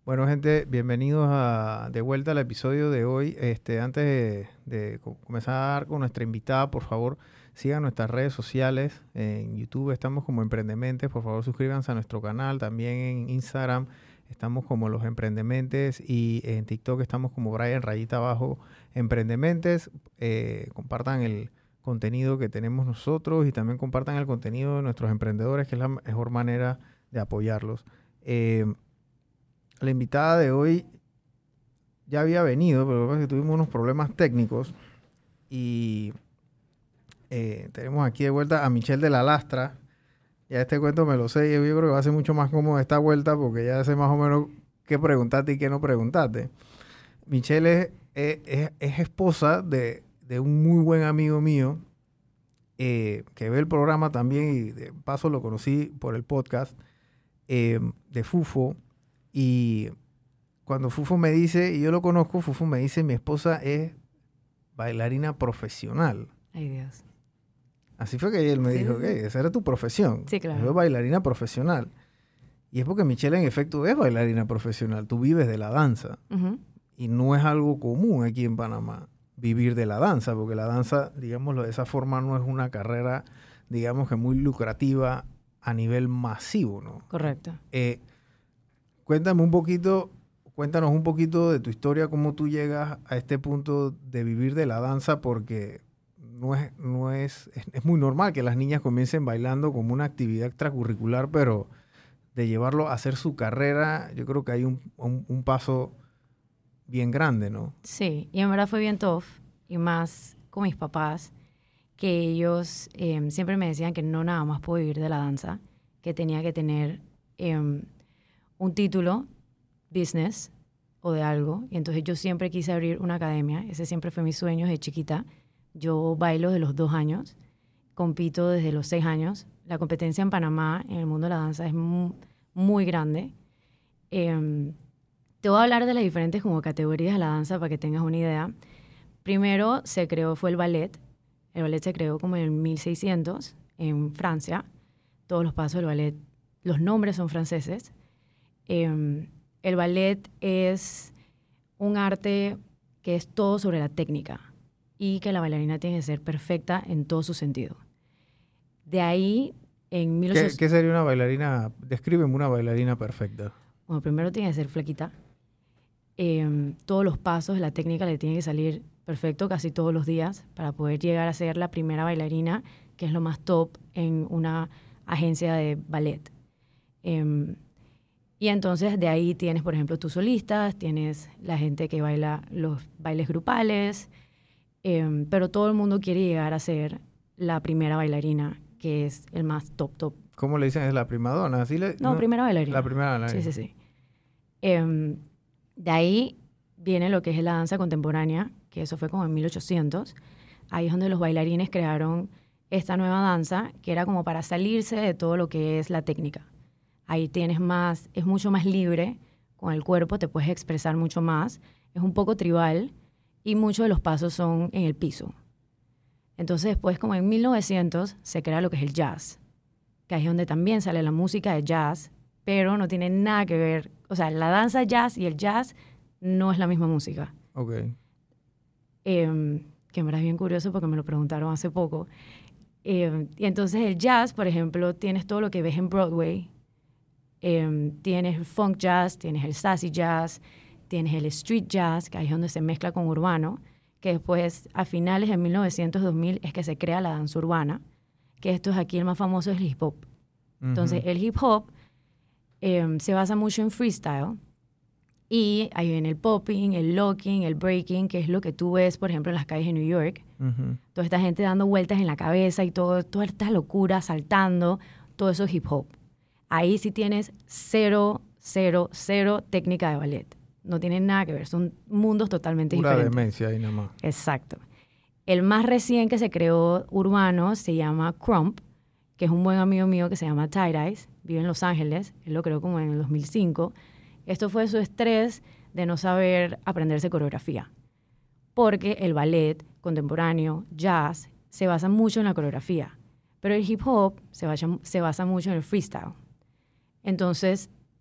Bueno, gente, bienvenidos de vuelta al episodio de hoy. Antes de comenzar con nuestra invitada, por favor, sigan nuestras redes sociales. En YouTube estamos como Emprendementes. Por favor, suscríbanse a nuestro canal. También en Instagram estamos como Los Emprendementes y en TikTok estamos como Brian Rayita Abajo Emprendementes. Compartan el contenido que tenemos nosotros y también compartan el contenido de nuestros emprendedores, que es la mejor manera de apoyarlos. La invitada de hoy ya había venido, pero lo que pasa es que tuvimos unos problemas técnicos y tenemos aquí de vuelta a Michelle de la Lastra. Ya este cuento me lo sé y yo creo que va a ser mucho más cómodo esta vuelta porque ya sé más o menos qué preguntarte y qué no preguntarte. Michelle es esposa de un muy buen amigo mío que ve el programa también y de paso lo conocí por el podcast de Fufo. Y cuando Fufo me dice, y yo lo conozco, Fufo me dice, mi esposa es bailarina profesional. Ay, Dios. Así fue que él me dijo, sí. esa era tu profesión. Sí, claro. Yo soy bailarina profesional. Y es porque Michelle en efecto es bailarina profesional. Tú vives de la danza. Uh-huh. Y no es algo común aquí en Panamá vivir de la danza, porque la danza, digámoslo de esa forma, no es una carrera, digamos que muy lucrativa a nivel masivo, ¿no? Correcto. Cuéntanos un poquito de tu historia, cómo tú llegas a este punto de vivir de la danza, porque es muy normal que las niñas comiencen bailando como una actividad extracurricular, pero de llevarlo a hacer su carrera, yo creo que hay un paso bien grande, ¿no? Sí, y en verdad fue bien tough, y más con mis papás, que ellos siempre me decían que no nada más puedo vivir de la danza, que tenía que tener un título, business o de algo. Y entonces yo siempre quise abrir una academia. Ese siempre fue mi sueño desde chiquita. Yo bailo desde los 2 años, compito desde los 6 años. La competencia en Panamá, en el mundo de la danza, es muy grande. Te voy a hablar de las diferentes como categorías de la danza para que tengas una idea. Primero fue el ballet. El ballet se creó como en el 1600 en Francia. Todos los pasos del ballet, los nombres son franceses. El ballet es un arte que es todo sobre la técnica y que la bailarina tiene que ser perfecta en todo su sentido. De ahí, en 1800... ¿Qué sería una bailarina? Descríbeme una bailarina perfecta. Bueno, primero tiene que ser flaquita. Todos los pasos de la técnica le tienen que salir perfecto casi todos los días para poder llegar a ser la primera bailarina, que es lo más top en una agencia de ballet. Y entonces de ahí tienes, por ejemplo, tus solistas, tienes la gente que baila los bailes grupales, pero todo el mundo quiere llegar a ser la primera bailarina, que es el más top. ¿Cómo le dicen? ¿Es la primadona? No, primera bailarina. La primera bailarina. Sí. De ahí viene lo que es la danza contemporánea, que eso fue como en 1800. Ahí es donde los bailarines crearon esta nueva danza, que era como para salirse de todo lo que es la técnica. Ahí es mucho más libre con el cuerpo, te puedes expresar mucho más, es un poco tribal y muchos de los pasos son en el piso. Entonces después, como en 1900, se crea lo que es el jazz, que ahí es donde también sale la música de jazz, pero no tiene nada que ver, o sea, la danza jazz y el jazz no es la misma música. Ok. Que en verdad es bien curioso porque me lo preguntaron hace poco. Y entonces el jazz, por ejemplo, tienes todo lo que ves en Broadway. Tienes el funk jazz, tienes el sassy jazz, tienes el street jazz, que ahí es donde se mezcla con urbano, que después a finales de 1900-2000 es que se crea la danza urbana, que esto es aquí el más famoso, es el hip hop. Uh-huh. Entonces el hip hop se basa mucho en freestyle y ahí viene el popping, el locking, el breaking, que es lo que tú ves, por ejemplo, en las calles de New York. Uh-huh. Toda esta gente dando vueltas en la cabeza y toda esta locura, saltando, todo eso es hip hop. Ahí sí tienes cero técnica de ballet. No tienen nada que ver, son mundos totalmente diferentes. Pura demencia ahí nada más. Exacto. El más recién que se creó urbano se llama Crump, que es un buen amigo mío que se llama Tie-Dyes, vive en Los Ángeles, él lo creó como en el 2005. Esto fue su estrés de no saber aprenderse coreografía, porque el ballet contemporáneo, jazz, se basa mucho en la coreografía, pero el hip hop se basa mucho en el freestyle. Entonces,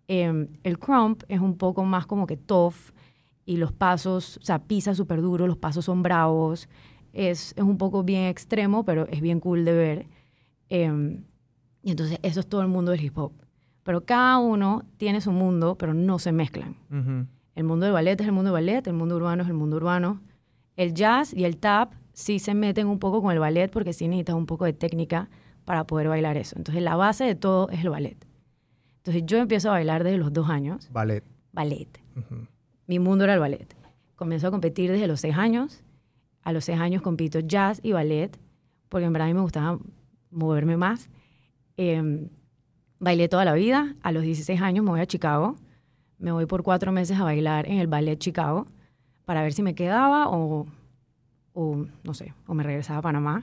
El crump es un poco más como que tough y los pasos, o sea, pisa súper duro, los pasos son bravos. Es un poco bien extremo, pero es bien cool de ver. Y entonces eso es todo el mundo del hip hop. Pero cada uno tiene su mundo, pero no se mezclan. El mundo del ballet es el mundo del ballet, el mundo urbano es el mundo urbano. El jazz y el tap sí se meten un poco con el ballet porque sí necesitas un poco de técnica para poder bailar eso. Entonces la base de todo es el ballet. Entonces yo empiezo a bailar desde los 2 años. Ballet. Ballet. Mi mundo era el ballet. Comencé a competir desde los 6 años. A los 6 años compito jazz y ballet porque en verdad a mí me gustaba moverme más. Bailé toda la vida. A los 16 años me voy a Chicago. Me voy por 4 meses a bailar en el Ballet Chicago para ver si me quedaba o no sé, o me regresaba a Panamá.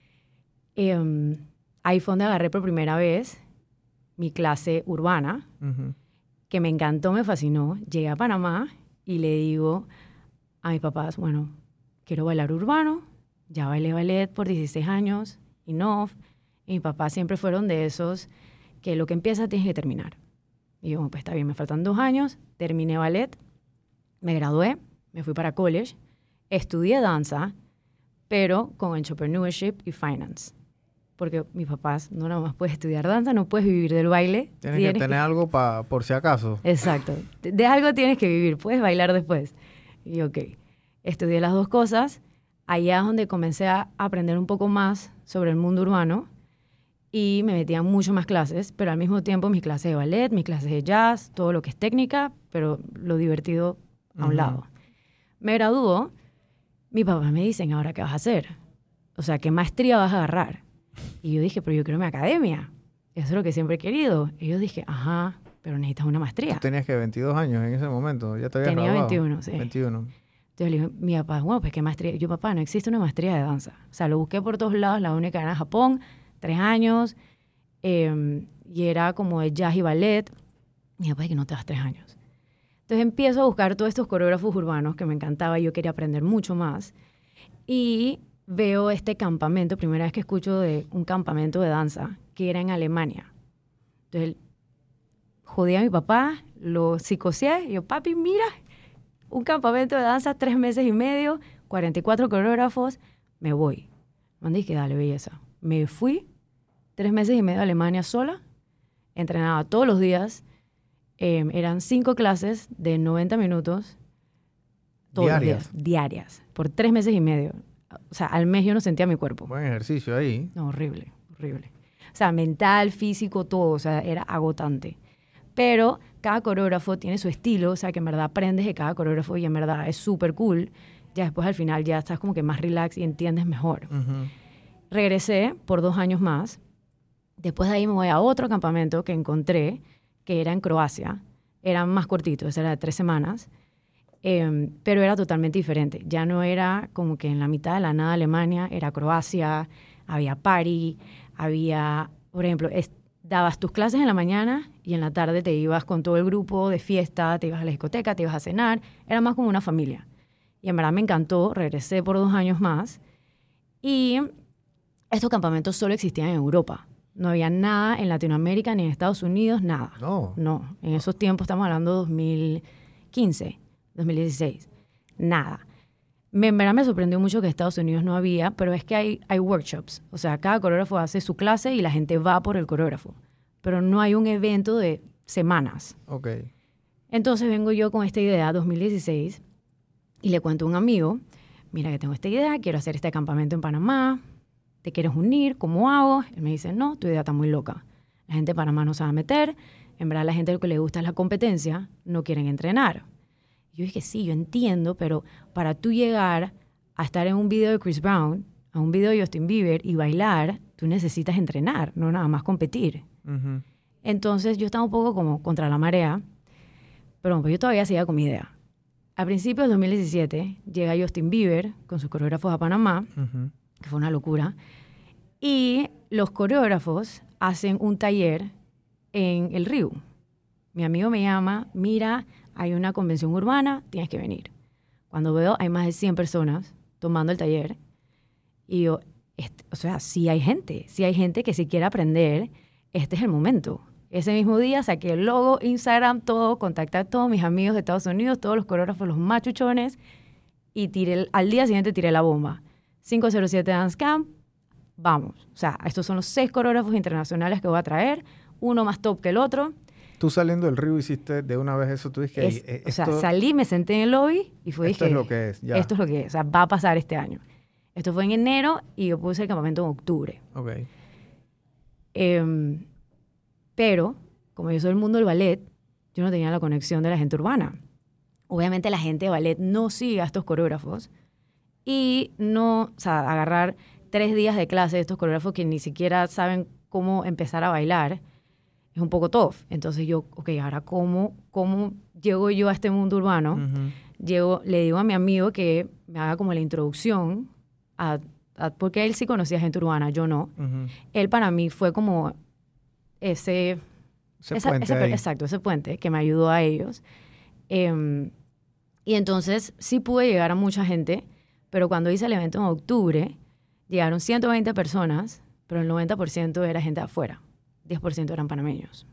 Ahí fue donde agarré por primera vez mi clase urbana, que me encantó, me fascinó. Llegué a Panamá y le digo a mis papás, bueno, quiero bailar urbano. Ya bailé ballet por 16 años, enough. Y mis papás siempre fueron de esos que lo que empieza tienes que terminar. Y yo, pues está bien, me faltan 2 años, terminé ballet, me gradué, me fui para college, estudié danza, pero con entrepreneurship y finance. Porque mis papás, no nada más puedes estudiar danza, no puedes vivir del baile. Tienes que tener algo por si acaso. Exacto. De algo tienes que vivir, puedes bailar después. Y ok, estudié las 2 cosas. Allá es donde comencé a aprender un poco más sobre el mundo urbano y me metía en mucho más clases, pero al mismo tiempo mis clases de ballet, mis clases de jazz, todo lo que es técnica, pero lo divertido a un lado. Me graduó, mis papás me dicen, ¿ahora qué vas a hacer? O sea, ¿qué maestría vas a agarrar? Y yo dije, pero yo quiero mi academia. Eso es lo que siempre he querido. Y yo dije, ajá, pero necesitas una maestría. Tú tenías que 22 años en ese momento, ya te habías graduado. Tenía 21, sí. 21. Entonces le dije, mi papá, bueno, pues ¿qué maestría? Yo, papá, no existe una maestría de danza. O sea, lo busqué por todos lados, la única era en Japón, 3 años, y era como de jazz y ballet. Mi papá, es que no te das 3 años. Entonces empiezo a buscar todos estos coreógrafos urbanos que me encantaba, yo quería aprender mucho más. Y veo este campamento, primera vez que escucho de un campamento de danza, que era en Alemania. Entonces, jodí a mi papá, lo psicoseé, y yo, papi, mira, un campamento de danza, 3 meses y medio, 44 coreógrafos, me voy. Me dije, dale, belleza. Me fui, 3 meses y medio a Alemania sola, entrenaba todos los días, eran 5 clases de 90 minutos, todos los días, diarias, por 3 meses y medio. O sea, al mes yo no sentía mi cuerpo. Buen ejercicio ahí. No, horrible, horrible. O sea, mental, físico, todo, o sea, era agotante. Pero cada coreógrafo tiene su estilo, o sea, que en verdad aprendes de cada coreógrafo y en verdad es súper cool. Ya después al final ya estás como que más relax y entiendes mejor. Regresé por 2 años más. Después de ahí me voy a otro campamento que encontré, que era en Croacia. Era más cortito, era de 3 semanas. Pero era totalmente diferente. Ya no era como que en la mitad de la nada Alemania, era Croacia, había party, había, por ejemplo, dabas tus clases en la mañana y en la tarde te ibas con todo el grupo de fiesta, te ibas a la discoteca, te ibas a cenar. Era más como una familia. Y en verdad me encantó, regresé por 2 años más. Y estos campamentos solo existían en Europa. No había nada en Latinoamérica ni en Estados Unidos, nada. No, en esos tiempos estamos hablando de 2015. 2016. Nada. En verdad me sorprendió mucho que en Estados Unidos no había, pero es que hay workshops. O sea, cada coreógrafo hace su clase y la gente va por el coreógrafo. Pero no hay un evento de semanas. Ok. Entonces vengo yo con esta idea, 2016, y le cuento a un amigo, mira que tengo esta idea, quiero hacer este campamento en Panamá, ¿te quieres unir? ¿Cómo hago? Él me dice, no, tu idea está muy loca. La gente de Panamá no se va a meter. En verdad la gente lo que le gusta es la competencia, no quieren entrenar. Yo dije, sí, yo entiendo, pero para tú llegar a estar en un video de Chris Brown, a un video de Justin Bieber y bailar, tú necesitas entrenar, no nada más competir. Entonces yo estaba un poco como contra la marea, pero pues yo todavía seguía con mi idea. A principios de 2017 llega Justin Bieber con sus coreógrafos a Panamá, que fue una locura, y los coreógrafos hacen un taller en el Río. Mi amigo me llama, mira, hay una convención urbana, tienes que venir. Cuando veo, hay más de 100 personas tomando el taller. Y yo, o sea, sí hay gente que si quiere aprender, este es el momento. Ese mismo día saqué el logo, Instagram, todo, contacté a todos mis amigos de Estados Unidos, todos los coreógrafos, los machuchones, y al día siguiente tiré la bomba. 507 Dance Camp, vamos. O sea, estos son los 6 coreógrafos internacionales que voy a traer, uno más top que el otro. Tú saliendo del río hiciste de una vez eso, tú dijiste... O sea, salí, me senté en el lobby y dije... Esto es lo que es, ya. Esto es lo que es, o sea, va a pasar este año. Esto fue en enero y yo puse el campamento en octubre. Ok. Pero, como yo soy del mundo del ballet, yo no tenía la conexión de la gente urbana. Obviamente la gente de ballet no sigue a estos coreógrafos y no, o sea, agarrar 3 días de clase de estos coreógrafos que ni siquiera saben cómo empezar a bailar es un poco tough. Entonces yo, ok, ahora ¿cómo llego yo a este mundo urbano? Le digo a mi amigo que me haga como la introducción porque él sí conocía gente urbana, yo no. Él para mí fue como ese puente exacto, ese puente que me ayudó a ellos. Y entonces sí pude llegar a mucha gente, pero cuando hice el evento en octubre, llegaron 120 personas, pero el 90% era gente de afuera, 10% eran panameños.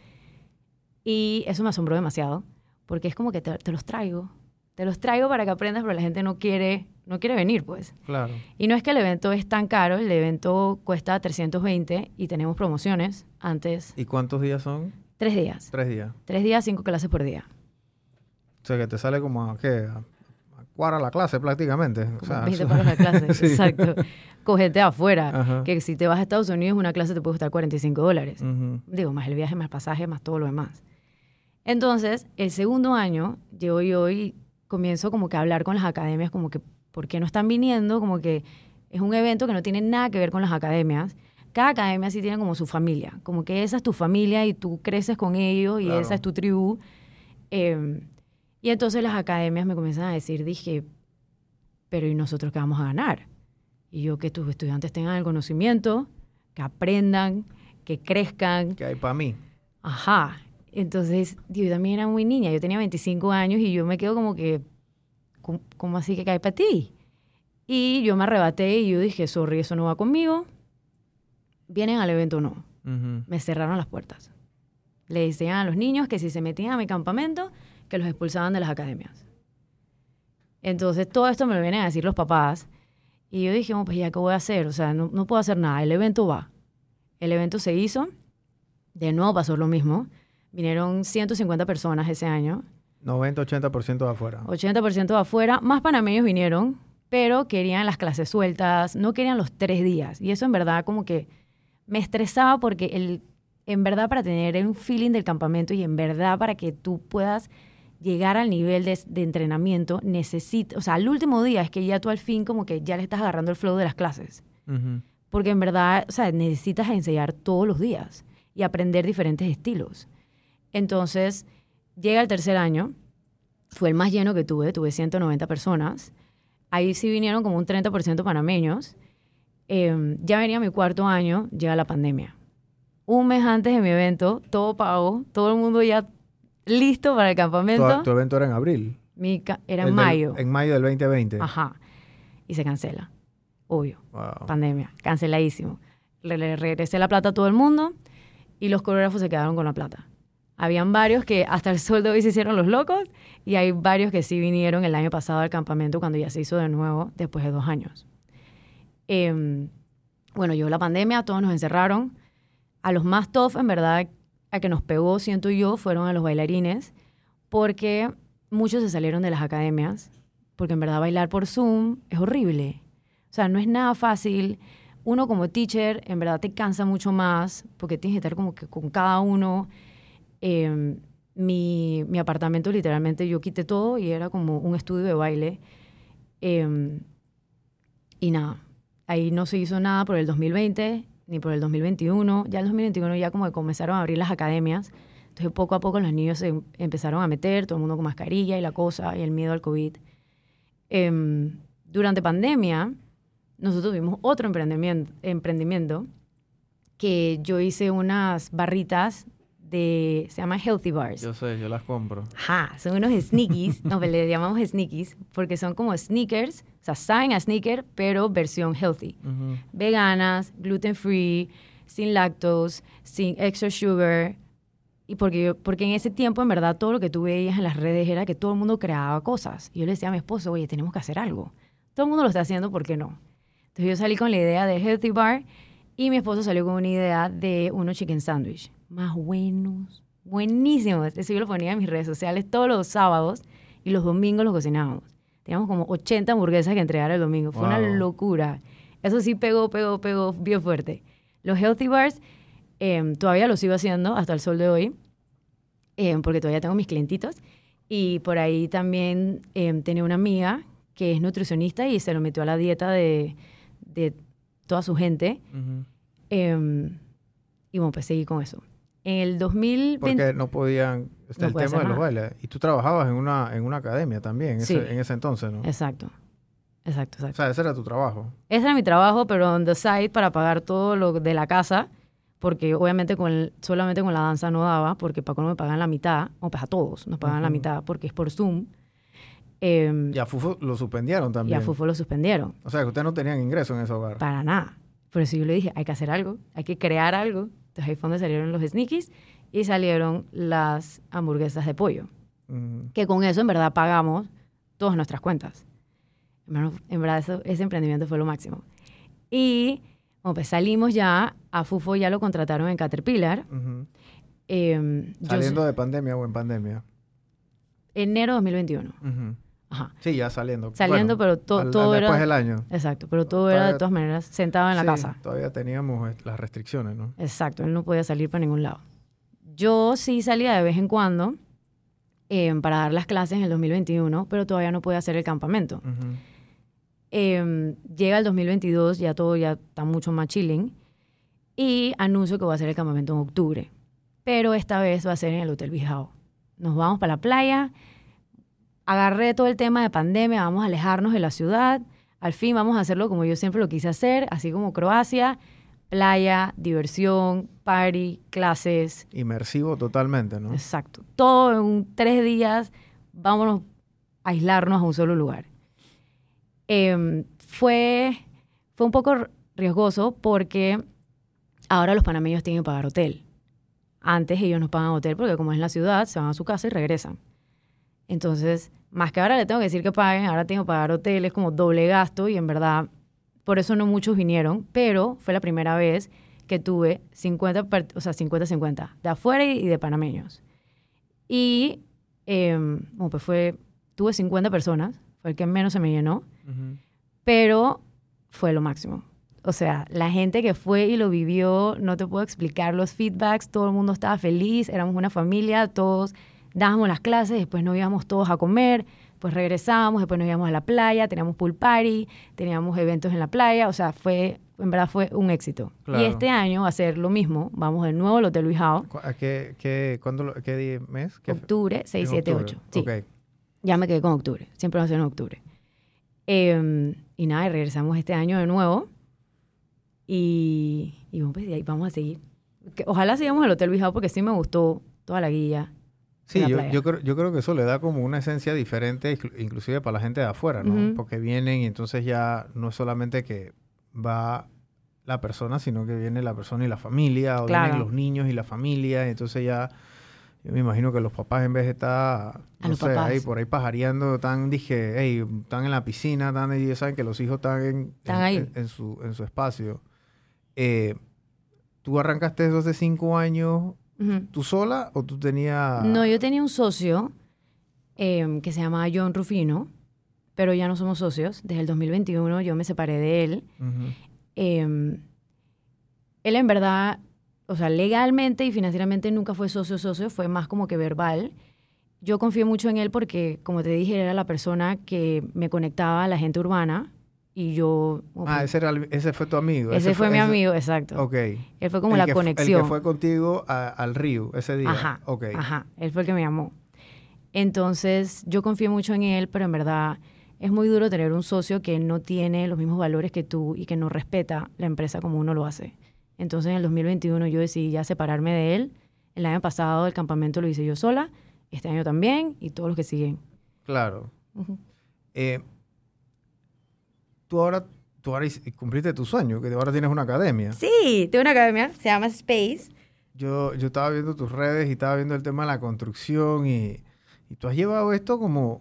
Y eso me asombró demasiado, porque es como que te los traigo para que aprendas, pero la gente no quiere venir, pues. Claro. Y no es que el evento es tan caro, el evento cuesta 320 y tenemos promociones antes. ¿Y cuántos días son? 3 días. 3 días. 3 días, 5 clases por día. O sea, que te sale como a cuadra la clase prácticamente. Como o sea, 20 para la clase, sí. exacto. Con gente de afuera, Ajá. que si te vas a Estados Unidos, una clase te puede costar $45. Uh-huh. Digo, más el viaje, más pasaje, más todo lo demás. Entonces, el segundo año, llego yo y comienzo como que a hablar con las academias, como que, ¿por qué no están viniendo? Como que es un evento que no tiene nada que ver con las academias. Cada academia sí tiene como su familia, como que esa es tu familia y tú creces con ellos y Claro. esa es tu tribu. Y entonces las academias me comienzan a decir, dije, pero ¿y nosotros qué vamos a ganar? Y yo, que tus estudiantes tengan el conocimiento, que aprendan, que crezcan. ¿Qué hay para mí? Ajá. Entonces, yo también era muy niña, yo tenía 25 años y yo me quedo como que, ¿cómo así que hay para ti? Y yo me arrebaté y yo dije, sorry, eso no va conmigo. ¿Vienen al evento o no? Uh-huh. Me cerraron las puertas. Le decían a los niños que si se metían a mi campamento, que los expulsaban de las academias. Entonces, todo esto me lo vienen a decir los papás. Y yo dije, bueno, pues ya, ¿qué voy a hacer? O sea, no puedo hacer nada. El evento va. El evento se hizo. De nuevo pasó lo mismo. Vinieron 150 personas ese año. 90-80% de afuera. 80% de afuera. Más panameños vinieron, pero querían las clases sueltas. No querían los 3 días. Y eso en verdad como que me estresaba porque en verdad para tener un feeling del campamento y en verdad para que tú puedas llegar al nivel de entrenamiento, necesitas, o sea, al último día es que ya tú al fin como que ya le estás agarrando el flow de las clases. Uh-huh. Porque en verdad, o sea, necesitas ensayar todos los días y aprender diferentes estilos. Entonces, llega el tercer año, fue el más lleno que tuve 190 personas. Ahí sí vinieron como un 30% panameños. Ya venía mi 4º año, llega la pandemia. Un mes antes de mi evento, todo pago, todo el mundo ya listo para el campamento. Tu evento era en abril. Era en mayo. En mayo del 2020. Ajá. Y se cancela. Obvio. Wow. Pandemia. Canceladísimo. Le regresé la plata a todo el mundo y los coreógrafos se quedaron con la plata. Habían varios que hasta el sol de hoy se hicieron los locos y hay varios que sí vinieron el año pasado al campamento cuando ya se hizo de nuevo después de 2 años. Bueno, llegó la pandemia, todos nos encerraron. A los más tough, en verdad, a que nos pegó, siento yo, fueron a los bailarines, porque muchos se salieron de las academias, porque en verdad bailar por Zoom es horrible. O sea, no es nada fácil. Uno como teacher, en verdad te cansa mucho más, porque tienes que estar como que con cada uno. Mi apartamento, literalmente, yo quité todo y era como un estudio de baile. Y nada, ahí no se hizo nada por el 2020, ni por el 2021. Ya el 2021 ya como que comenzaron a abrir las academias. Entonces, poco a poco los niños se empezaron a meter, todo el mundo con mascarilla y la cosa, y el miedo al COVID. Durante pandemia, nosotros tuvimos otro emprendimiento que yo hice unas barritas se llaman Healthy Bars. Yo sé, yo las compro. Ajá, son unos sneakies, no, le llamamos sneakies, porque son como sneakers, o sea, saben a sneaker, pero versión healthy. Uh-huh. Veganas, gluten free, sin lactose, sin extra sugar, Y porque en ese tiempo, en verdad, todo lo que tú veías en las redes era que todo el mundo creaba cosas. Y yo le decía a mi esposo, oye, tenemos que hacer algo. Todo el mundo lo está haciendo, ¿por qué no? Entonces yo salí con la idea del Healthy Bar y mi esposo salió con una idea de unos chicken sandwich. Más buenos, buenísimos. Eso yo lo ponía en mis redes sociales todos los sábados y los domingos los cocinábamos. Teníamos como 80 hamburguesas que entregar el domingo. Fue una locura. Eso sí pegó bien fuerte. Los Healthy Bars todavía los sigo haciendo hasta el sol de hoy, porque todavía tengo mis clientitos. Y por ahí también tenía una amiga que es nutricionista y se lo metió a la dieta de toda su gente. Uh-huh. Y bueno, pues seguí con eso. En el 2020... Porque no podían... No el tema de los bailes. Y tú trabajabas en una academia también Sí. en ese entonces, ¿no? Exacto. O sea, ese era tu trabajo. Ese era mi trabajo, pero on the side para pagar todo lo de la casa, porque obviamente solamente con la danza no daba, porque para no me pagan la mitad, o pues a todos nos pagan la mitad, porque es por Zoom. Y a Fufo lo suspendieron también. Y a Fufo lo suspendieron. O sea, que ustedes no tenían ingreso en ese hogar. Para nada. Por eso yo le dije, hay que hacer algo, hay que crear algo. Entonces ahí fue donde salieron los sneakies y salieron las hamburguesas de pollo. Que con eso en verdad pagamos todas nuestras cuentas. En verdad ese emprendimiento fue lo máximo. Y bueno, pues salimos ya, a Fufo ya lo contrataron en Caterpillar. Uh-huh. ¿Saliendo de pandemia o en pandemia? Enero 2021. Uh-huh. Ajá. Sí, ya saliendo. Saliendo, bueno, pero todo era... Después del año. Exacto, pero todo era de todas maneras sentado en la casa. Todavía teníamos las restricciones, ¿no? Exacto, él no podía salir para ningún lado. Yo sí salía de vez en cuando para dar las clases en el 2021, pero todavía no podía hacer el campamento. Uh-huh. Llega el 2022, ya todo ya está mucho más chilling, y anuncio que voy a hacer el campamento en octubre. Pero esta vez va a ser en el Hotel Bijao. Nos vamos para la playa, agarré todo el tema de pandemia, vamos a alejarnos de la ciudad, al fin vamos a hacerlo como yo siempre lo quise hacer, así como Croacia, playa, diversión, party, clases. Inmersivo totalmente, ¿no? Exacto. Todo en 3 días, vámonos a aislarnos a un solo lugar. Fue un poco riesgoso porque ahora los panameños tienen que pagar hotel. Antes ellos no pagan hotel porque como es en la ciudad, se van a su casa y regresan. Entonces, más que ahora le tengo que decir que paguen, ahora tengo que pagar hotel, es como doble gasto y en verdad, por eso no muchos vinieron, pero fue la primera vez que tuve 50-50, de afuera y de panameños. Y, bueno, pues tuve 50 personas, fue el que menos se me llenó, uh-huh. Pero fue lo máximo. O sea, la gente que fue y lo vivió, no te puedo explicar los feedbacks, todo el mundo estaba feliz, éramos una familia, todos dábamos las clases, después nos íbamos todos a comer, pues regresábamos, después nos íbamos a la playa, teníamos pool party, teníamos eventos en la playa, o sea, en verdad fue un éxito. Claro. Y este año va a ser lo mismo, vamos de nuevo al Hotel Bijao. ¿Qué mes? Octubre, 6, 7, 8. Sí. Okay. Ya me quedé con octubre, siempre va a ser en octubre. Y nada, y regresamos este año de nuevo y bueno, pues ahí vamos a seguir. Ojalá sigamos el Hotel Bijao porque sí me gustó toda la guía. Sí, yo creo que eso le da como una esencia diferente, inclusive para la gente de afuera, ¿no? Uh-huh. Porque vienen y entonces ya no es solamente que va la persona, sino que viene la persona y la familia, o vienen los niños y la familia, y entonces ya... Yo me imagino que los papás en vez de estar, no sé, ahí por ahí pajareando, están en la piscina, ellos saben que los hijos están en su espacio. ¿Tú arrancaste eso hace 5 años uh-huh. tú sola o tú tenías...? No, yo tenía un socio que se llamaba John Rufino, pero ya no somos socios. Desde el 2021 yo me separé de él. Uh-huh. Él en verdad... O sea, legalmente y financieramente nunca fue socio, fue más como que verbal. Yo confié mucho en él porque, como te dije, era la persona que me conectaba a la gente urbana y yo... ese fue tu amigo. Ese fue mi amigo, exacto. Ok. Él fue como la conexión. El que fue contigo al río ese día. Ajá, okay. Ajá, él fue el que me llamó. Entonces, yo confié mucho en él, pero en verdad es muy duro tener un socio que no tiene los mismos valores que tú y que no respeta la empresa como uno lo hace. Entonces, en el 2021 yo decidí ya separarme de él. El año pasado el campamento lo hice yo sola, este año también, y todos los que siguen. Claro. Uh-huh. Tú ahora cumpliste tu sueño, que ahora tienes una academia. Sí, tengo una academia, se llama Space. yo estaba viendo tus redes y estaba viendo el tema de la construcción y tú has llevado esto como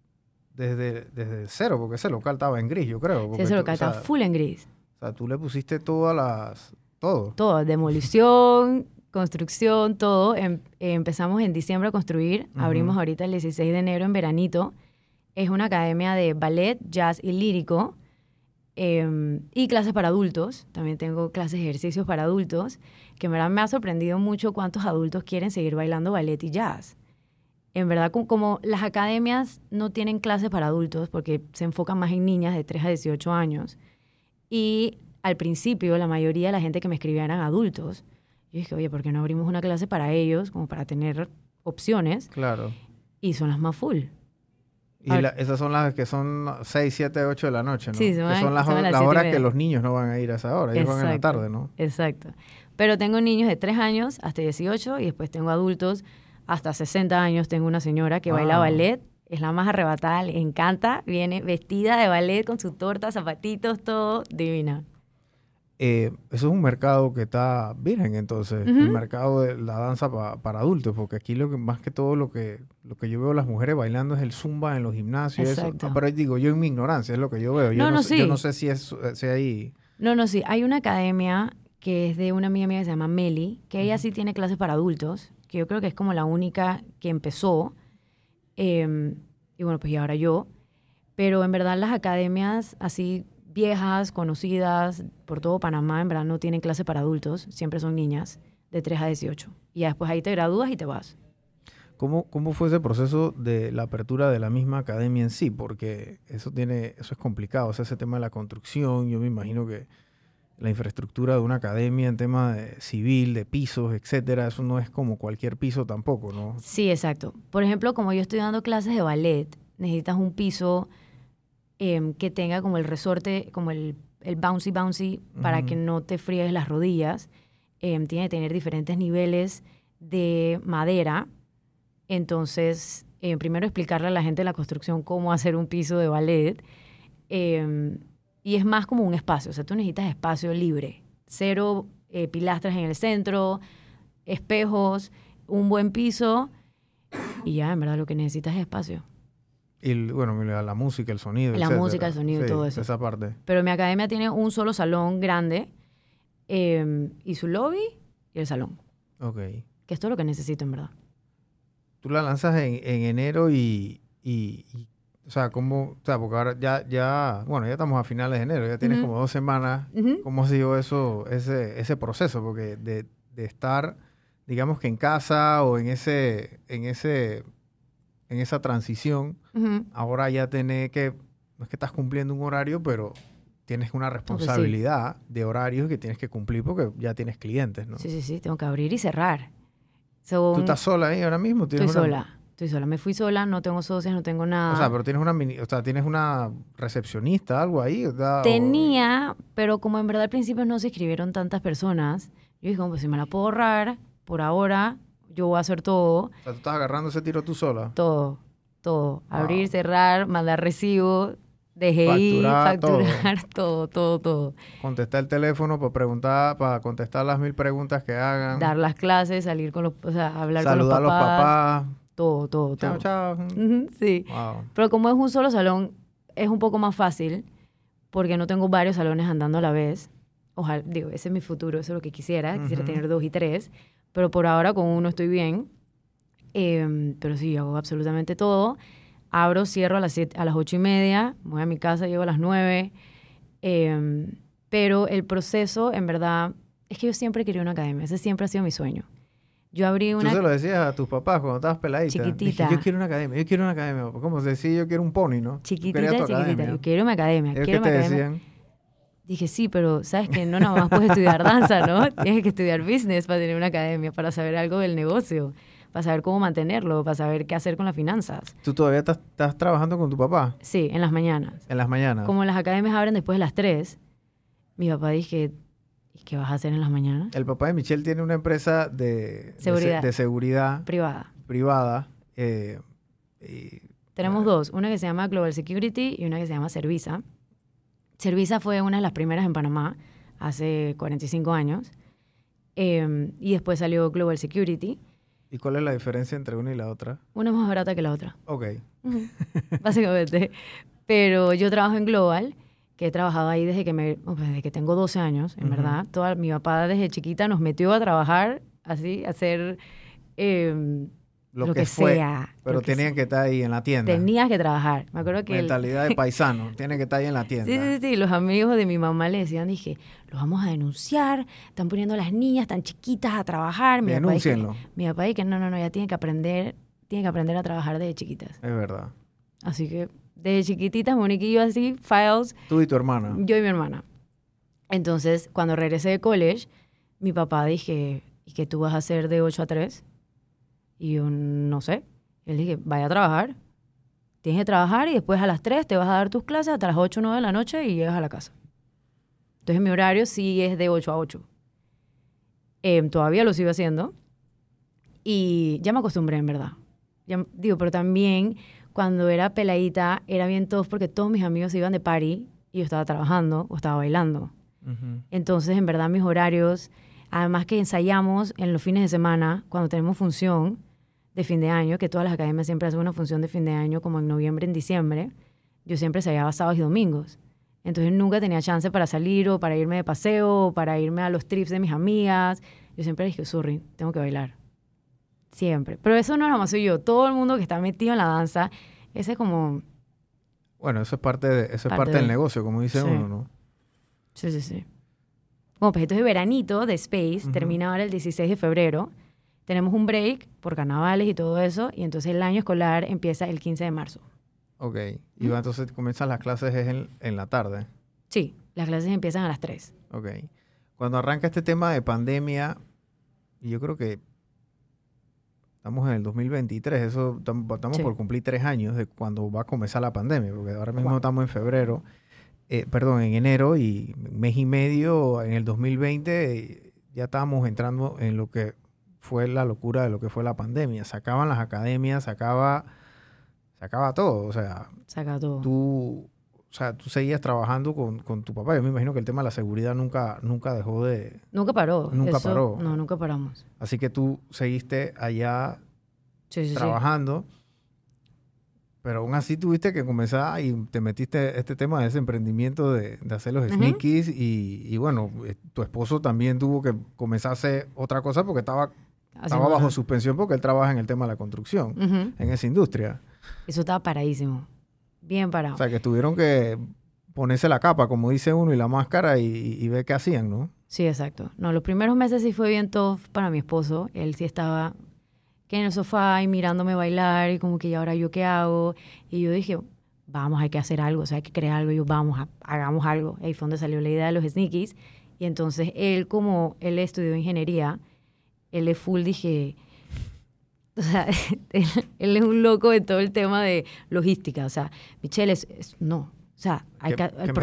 desde cero, porque ese local estaba en gris, yo creo. Sí, ese local estaba full en gris. O sea, tú le pusiste todo. Todo, demolición, construcción, todo. Empezamos en diciembre a construir, abrimos ahorita el 16 de enero en veranito. Es una academia de ballet, jazz y lírico. Y clases para adultos. También tengo clases de ejercicios para adultos, que en verdad me ha sorprendido mucho cuántos adultos quieren seguir bailando ballet y jazz. En verdad, como las academias no tienen clases para adultos porque se enfocan más en niñas de 3 a 18 años. Y al principio, la mayoría de la gente que me escribía eran adultos. Yo dije, oye, ¿por qué no abrimos una clase para ellos, como para tener opciones? Claro. Y son las más full. Y esas son las que son 6, 7, 8 de la noche, ¿no? Sí, que son las horas que los niños no van a ir a esa hora, ellos van en la tarde, ¿no? Exacto. Pero tengo niños de 3 años hasta 18 y después tengo adultos hasta 60 años. Tengo una señora que baila ballet, es la más arrebatada, le encanta, viene vestida de ballet con su torta, zapatitos, todo divina. Eso es un mercado que está virgen, entonces, el mercado de la danza para adultos, porque aquí más que todo lo que yo veo las mujeres bailando es el zumba en los gimnasios. Exacto. Pero digo, yo en mi ignorancia es lo que yo veo. Yo no sé si hay... No, sí. Hay una academia que es de una amiga mía que se llama Meli, que ella sí tiene clases para adultos, que yo creo que es como la única que empezó. Y bueno, pues y ahora yo. Pero en verdad las academias así viejas, conocidas por todo Panamá, en verdad no tienen clase para adultos, siempre son niñas de 3 a 18. Y ya después ahí te gradúas y te vas. ¿Cómo fue ese proceso de la apertura de la misma academia en sí? Porque eso es complicado, o sea, ese tema de la construcción, yo me imagino que la infraestructura de una academia en tema civil, de pisos, etcétera, eso no es como cualquier piso tampoco, ¿no? Sí, exacto. Por ejemplo, como yo estoy dando clases de ballet, necesitas un piso que tenga como el resorte, como el bouncy, para que no te fríes las rodillas. Tiene que tener diferentes niveles de madera. Entonces, primero explicarle a la gente de la construcción cómo hacer un piso de ballet. Y es más como un espacio. O sea, tú necesitas espacio libre. 0 pilastras en el centro, espejos, un buen piso. Y ya, en verdad, lo que necesitas es espacio. Y bueno, la música, el sonido, La etcétera. música, el sonido, sí, todo eso. Esa parte. Pero mi academia tiene un solo salón grande y su lobby y el salón. Ok. Que es todo lo que necesito, en verdad. Tú la lanzas en enero y o sea, ¿cómo? O sea, porque ahora ya estamos a finales de enero, ya tienes como 2 semanas. ¿Cómo ha sido ese proceso? Porque de estar, digamos que en casa o en esa transición, ahora ya no es que estás cumpliendo un horario, pero tienes una responsabilidad de horarios que tienes que cumplir porque ya tienes clientes, ¿no? Sí, tengo que abrir y cerrar. ¿Tú estás sola ahí ahora mismo? Estoy sola, me fui sola, no tengo socios, no tengo nada. O sea, pero tienes una recepcionista, algo ahí. Tenía, pero como en verdad al principio no se escribieron tantas personas, yo dije, pues si me la puedo ahorrar, por ahora, yo voy a hacer todo. O sea, tú estás agarrando ese tiro tú sola. Todo. Abrir, cerrar, mandar recibo, DGI, facturar, todo. Contestar el teléfono para preguntar, para contestar las 1000 preguntas que hagan. Dar las clases, salir con hablar saludar con los papás. Saludar a los papás. Todo. Chao. Sí. Wow. Pero como es un solo salón, es un poco más fácil porque no tengo varios salones andando a la vez. Ojalá, ese es mi futuro, eso es lo que quisiera. Quisiera tener 2 y 3. Pero por ahora con uno estoy bien. Pero sí, hago absolutamente todo. Abro, cierro a las 8:30, voy a mi casa, llego a las 9. Pero el proceso, en verdad, es que yo siempre quería una academia. Ese siempre ha sido mi sueño. Yo abrí una... ¿Tú se lo decías a tus papás cuando estabas peladita? Chiquitita. Dije, yo quiero una academia. ¿Cómo se decía? Yo quiero un pony, ¿no? Chiquitita. Yo quiero una academia. ¿Qué te decían? Dije, sí, pero sabes que no nada más puedes estudiar danza, ¿no? Tienes que estudiar business para tener una academia, para saber algo del negocio, para saber cómo mantenerlo, para saber qué hacer con las finanzas. ¿Tú todavía estás trabajando con tu papá? Sí, en las mañanas. En las mañanas. Como las academias abren después de las 3, mi papá dije, ¿y qué vas a hacer en las mañanas? El papá de Michelle tiene una empresa de seguridad privada. Tenemos 2, una que se llama Global Security y una que se llama Servisa. Servisa fue una de las primeras en Panamá hace 45 años Y después salió Global Security. ¿Y cuál es la diferencia entre una y la otra? Una es más barata que la otra. Ok. Básicamente. Pero yo trabajo en Global, que he trabajado ahí desde que tengo 12 años, en verdad. Mi papá desde chiquita nos metió a trabajar así, a hacer lo que fue, sea. pero tenían que estar ahí en la tienda. Tenías que trabajar. Me acuerdo que mentalidad de paisano, tienen que estar ahí en la tienda. Sí. Los amigos de mi mamá le decían, dije, los vamos a denunciar, están poniendo a las niñas tan chiquitas a trabajar. Denúncienlo. Mi papá dice que no, ya tienen que aprender a trabajar desde chiquitas. Es verdad. Así que desde chiquititas, Monique y yo así, files. Tú y tu hermana. Yo y mi hermana. Entonces, cuando regresé de college, mi papá dije, ¿y qué tú vas a hacer de 8 a 3? Y yo, no sé. Él dije, vaya a trabajar. Tienes que trabajar y después a las 3 te vas a dar tus clases hasta las 8 o 9 de la noche y llegas a la casa. Entonces, mi horario sí es de 8 a 8. Todavía lo sigo haciendo. Y ya me acostumbré, en verdad. Pero también, cuando era peladita, era bien tough porque todos mis amigos se iban de party y yo estaba trabajando o estaba bailando. Entonces, en verdad, mis horarios, además que ensayamos en los fines de semana, cuando tenemos función de fin de año, que todas las academias siempre hacen una función de fin de año, como en noviembre, en diciembre, yo siempre ensayaba sábados y domingos. Entonces, nunca tenía chance para salir o para irme de paseo o para irme a los trips de mis amigas. Yo siempre dije, sorry, tengo que bailar. Siempre. Pero eso no nada más soy yo. Todo el mundo que está metido en la danza, ese es como... Bueno, eso es parte del negocio, como dice uno, ¿no? Sí. Bueno, pues entonces veranito de Space termina ahora el 16 de febrero. Tenemos un break por carnavales y todo eso. Y entonces el año escolar empieza el 15 de marzo. Ok. Y entonces comienzan las clases en la tarde. Sí, las clases empiezan a las 3. Ok. Cuando arranca este tema de pandemia, y yo creo que estamos en el 2023, eso estamos por cumplir 3 años de cuando va a comenzar la pandemia, porque ahora mismo estamos en febrero, en enero, y mes y medio en el 2020 ya estábamos entrando en lo que fue la locura de lo que fue la pandemia. Se acaban las academias, se acaba todo, o sea, tú seguías trabajando con tu papá. Yo me imagino que el tema de la seguridad nunca dejó de... Nunca paró. Nunca paró. No, nunca paramos. Así que tú seguiste allá trabajando, pero aún así tuviste que comenzar y te metiste este tema de ese emprendimiento de hacer los sneakies y bueno, tu esposo también tuvo que comenzar a hacer otra cosa porque estaba bajo suspensión porque él trabaja en el tema de la construcción, en esa industria. Eso estaba paradísimo. Bien parado. O sea, que tuvieron que ponerse la capa, como dice uno, y la máscara y ver qué hacían, ¿no? Sí, exacto. No, los primeros meses sí fue bien tough para mi esposo. Él sí estaba que en el sofá y mirándome bailar y como que, ¿y ahora yo qué hago? Y yo dije, hay que hacer algo, o sea, hay que crear algo. Y yo, hagamos algo. Ahí fue donde salió la idea de los sneakies. Y entonces como él estudió ingeniería, él es full, dije... O sea, él es un loco en todo el tema de logística. O sea, Michelle no. O sea, hay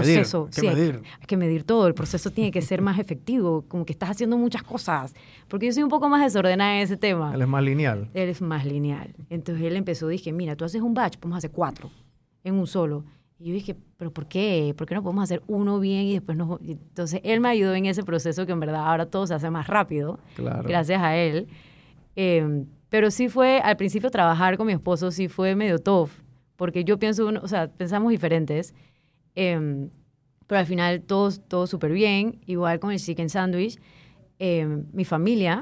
que medir todo. El proceso tiene que ser más efectivo. Como que estás haciendo muchas cosas. Porque yo soy un poco más desordenada en ese tema. Él es más lineal. Él es más lineal. Entonces él empezó, dije, mira, tú haces un batch, podemos hacer 4 en un solo. Y yo dije, ¿pero por qué? ¿Por qué no podemos hacer uno bien y después no? Entonces él me ayudó en ese proceso que en verdad ahora todo se hace más rápido. Claro. Gracias a él. Pero sí fue, al principio trabajar con mi esposo sí fue medio tough, porque yo pensamos diferentes, pero al final todo súper bien, igual con el chicken sandwich. Mi familia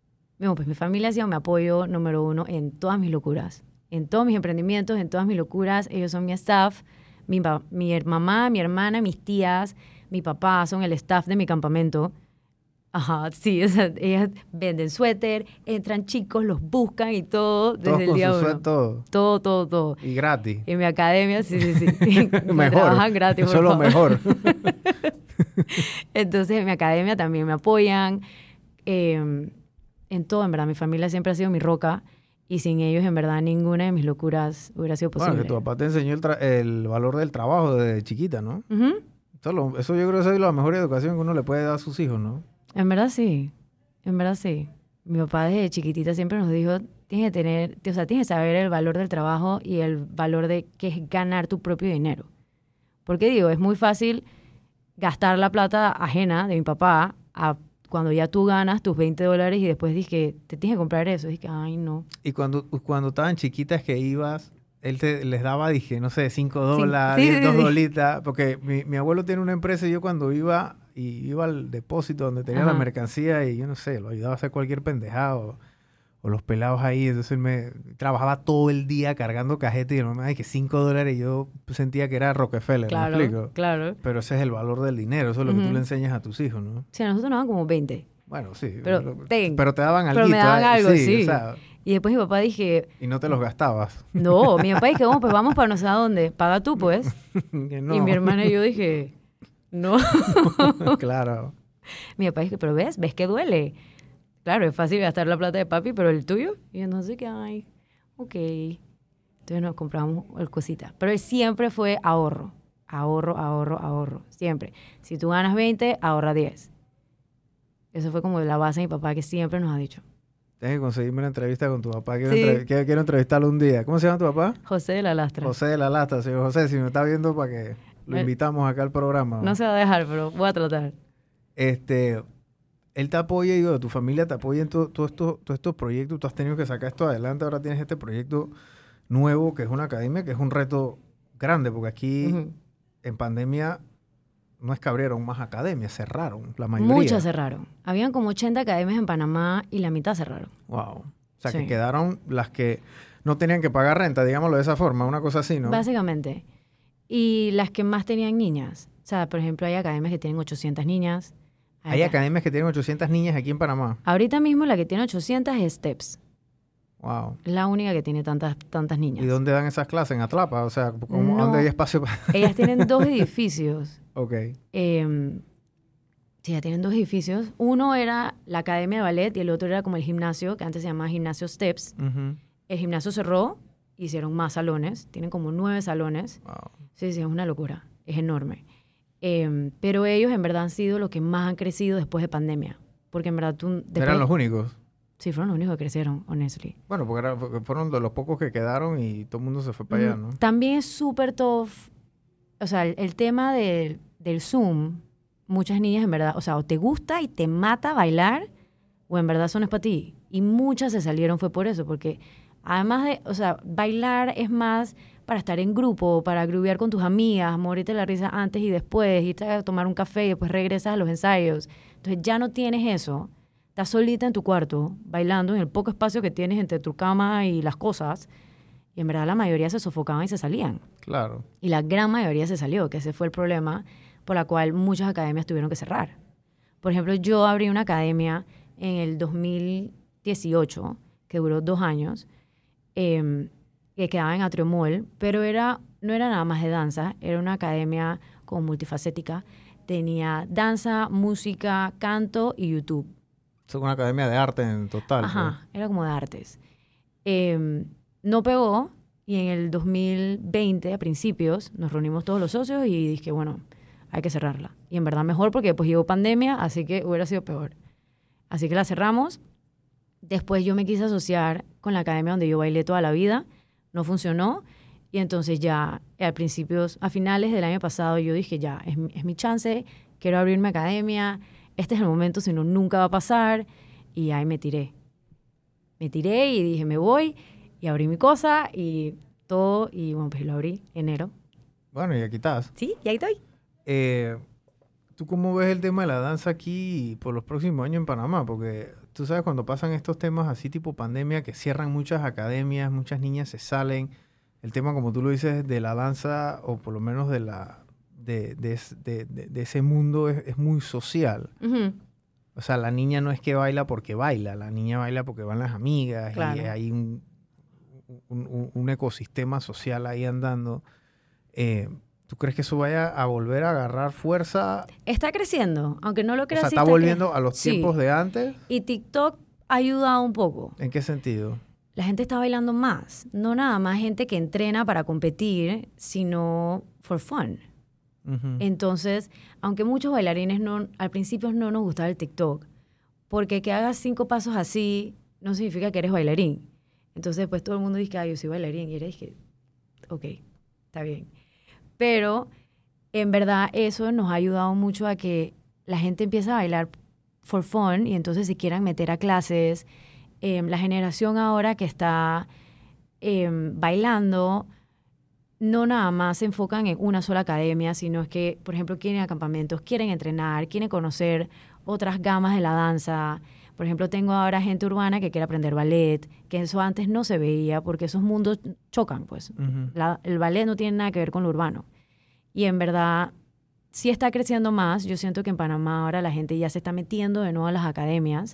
ha sido mi apoyo número 1 en todas mis locuras, en todos mis emprendimientos, en todas mis locuras. Ellos son mi staff, mi mamá, mi hermana, mis tías, mi papá son el staff de mi campamento. Ajá, sí, o sea, ellas venden suéter, entran chicos, los buscan y todo desde el día 1. Todo. Y gratis. En mi academia, sí. Mejor. Trabajan gratis, eso es lo mejor. Entonces, en mi academia también me apoyan. En todo, en verdad. Mi familia siempre ha sido mi roca. Y sin ellos, en verdad, ninguna de mis locuras hubiera sido posible. Bueno, que tu papá te enseñó el valor del trabajo desde chiquita, ¿no? Eso yo creo que es la mejor educación que uno le puede dar a sus hijos, ¿no? En verdad sí. Mi papá desde chiquitita siempre nos dijo, tienes que saber el valor del trabajo y el valor de qué es ganar tu propio dinero. Porque es muy fácil gastar la plata ajena de mi papá a cuando ya tú ganas tus $20 y después dije, te tienes que comprar eso. Dije, ay, no. Y cuando estaban chiquitas que ibas, él les daba, dije, no sé, $5, Sí, 10, sí, 2 sí. dolitas, porque mi abuelo tiene una empresa y yo cuando iba al depósito donde tenía la Ajá. mercancía y yo no sé, lo ayudaba a hacer cualquier pendejado o los pelados ahí, entonces él me trabajaba todo el día cargando cajetas y ay, que $5 y yo sentía que era Rockefeller, ¿me Claro, explico? claro. Pero ese es el valor del dinero, eso es lo que tú Ujú. le enseñas a tus hijos, ¿no? Sí, a nosotros nos daban como 20. Bueno, sí, Pero, pero te daban pero me alguito, daban algo, sí, sí. o sea, Y después mi papá dije, y no te los gastabas. no, mi papá dije, oh, pues vamos para no sé a dónde. Paga tú, pues. Que no. Y mi hermana y yo dije, no. Claro. Mi papá dije, pero ¿ves que duele? Claro, es fácil gastar la plata de papi, pero el tuyo. Y entonces, que ay, ok. Entonces nos compramos el cosita. Pero él siempre fue ahorro. Ahorro, ahorro, ahorro. Siempre. Si tú ganas 20, ahorra 10. Eso fue como la base de mi papá que siempre nos ha dicho. Tienes que conseguirme una entrevista con tu papá. Quiero, Sí. quiero entrevistarlo un día. ¿Cómo se llama tu papá? José de la Lastra. José de la Lata. Señor José, si me está viendo para que lo invitamos acá al programa. No se va a dejar, pero voy a tratar. Él te apoya y tu familia te apoya en todos estos proyectos. Tú has tenido que sacar esto adelante. Ahora tienes este proyecto nuevo que es una academia, que es un reto grande, porque aquí Ujú. en pandemia no es que abrieron más academias, cerraron la mayoría. Muchas cerraron. Habían como 80 academias en Panamá y la mitad cerraron. Wow. O sea, Sí. que quedaron las que no tenían que pagar renta, digámoslo de esa forma, una cosa así, ¿no? Básicamente. Y las que más tenían niñas. O sea, por ejemplo, hay academias que tienen 800 niñas. Hay academias que tienen 800 niñas aquí en Panamá. Ahorita mismo la que tiene 800 es STEPS. Wow. Es la única que tiene tantas niñas. ¿Y dónde dan esas clases? ¿En Atlapa? O sea, No. ¿dónde hay espacio para...? Ellas tienen 2 edificios. Ok. Sí, ya tienen 2 edificios. Uno era la academia de ballet y el otro era como el gimnasio, que antes se llamaba Gimnasio STEPS. Ujú. El gimnasio cerró, hicieron más salones. Tienen como 9 salones. Wow. Sí, sí, es una locura. Es enorme. Pero ellos en verdad han sido los que más han crecido después de pandemia. Porque en verdad ¿Eran los únicos? Sí, fueron los únicos que crecieron, honestly. Bueno, porque fueron de los pocos que quedaron y todo el mundo se fue para allá, ¿no? También es súper tough. O sea, el tema del Zoom, muchas niñas en verdad, o sea, o te gusta y te mata bailar, o en verdad eso no es para ti. Y muchas se salieron fue por eso, porque además de, o sea, bailar es más para estar en grupo, para grubear con tus amigas, morirte la risa antes y después, irte a tomar un café y después regresas a los ensayos. Entonces ya no tienes eso. Estás solita en tu cuarto, bailando en el poco espacio que tienes entre tu cama y las cosas. Y en verdad la mayoría se sofocaban y se salían. Claro. Y la gran mayoría se salió, que ese fue el problema por la cual muchas academias tuvieron que cerrar. Por ejemplo, yo abrí una academia en el 2018, que duró 2 años, que quedaba en Atrio Mall, pero no era nada más de danza, era una academia como multifacética. Tenía danza, música, canto y YouTube. Es una academia de arte en total. Ajá, era como de artes. No pegó y en el 2020, a principios, nos reunimos todos los socios y dije, bueno, hay que cerrarla. Y en verdad mejor porque después llegó pandemia, así que hubiera sido peor. Así que la cerramos. Después yo me quise asociar con la academia donde yo bailé toda la vida. No funcionó. Y entonces ya a finales del año pasado yo dije, ya, es mi chance, quiero abrirme academia, este es el momento, si no, nunca va a pasar. Y ahí me tiré. Me tiré y dije, me voy, y abrí mi cosa y todo, y bueno, pues lo abrí enero. Bueno, y aquí estás. Sí, y ahí estoy. ¿Tú cómo ves el tema de la danza aquí por los próximos años en Panamá? Porque tú sabes, cuando pasan estos temas así tipo pandemia, que cierran muchas academias, muchas niñas se salen, el tema, como tú lo dices, de la danza, o por lo menos de ese mundo es muy social. Uh-huh. O sea, la niña no es que baila porque baila, la niña baila porque van las amigas, Claro. y hay un ecosistema social ahí andando. ¿Tú crees que eso vaya a volver a agarrar fuerza? Está creciendo, aunque no lo O creas. sea, sí ¿está volviendo a los Sí. tiempos de antes? Y TikTok ha ayudado un poco. ¿En qué sentido? La gente está bailando más. No nada más gente que entrena para competir, sino for fun. Ujú. Entonces, aunque muchos bailarines al principio no nos gustaba el TikTok, porque que hagas 5 pasos así no significa que eres bailarín. Entonces, pues todo el mundo dice, yo soy bailarín. Y eres que, ok, está bien. Pero, en verdad, eso nos ha ayudado mucho a que la gente empiece a bailar for fun y entonces se quieran meter a clases. La generación ahora que está bailando no nada más se enfocan en una sola academia, sino es que, por ejemplo, quieren campamentos, quieren entrenar, quieren conocer otras gamas de la danza. Por ejemplo, tengo ahora gente urbana que quiere aprender ballet, que eso antes no se veía porque esos mundos chocan, pues. El ballet no tiene nada que ver con lo urbano. Y en verdad, sí está creciendo más. Yo siento que en Panamá ahora la gente ya se está metiendo de nuevo a las academias.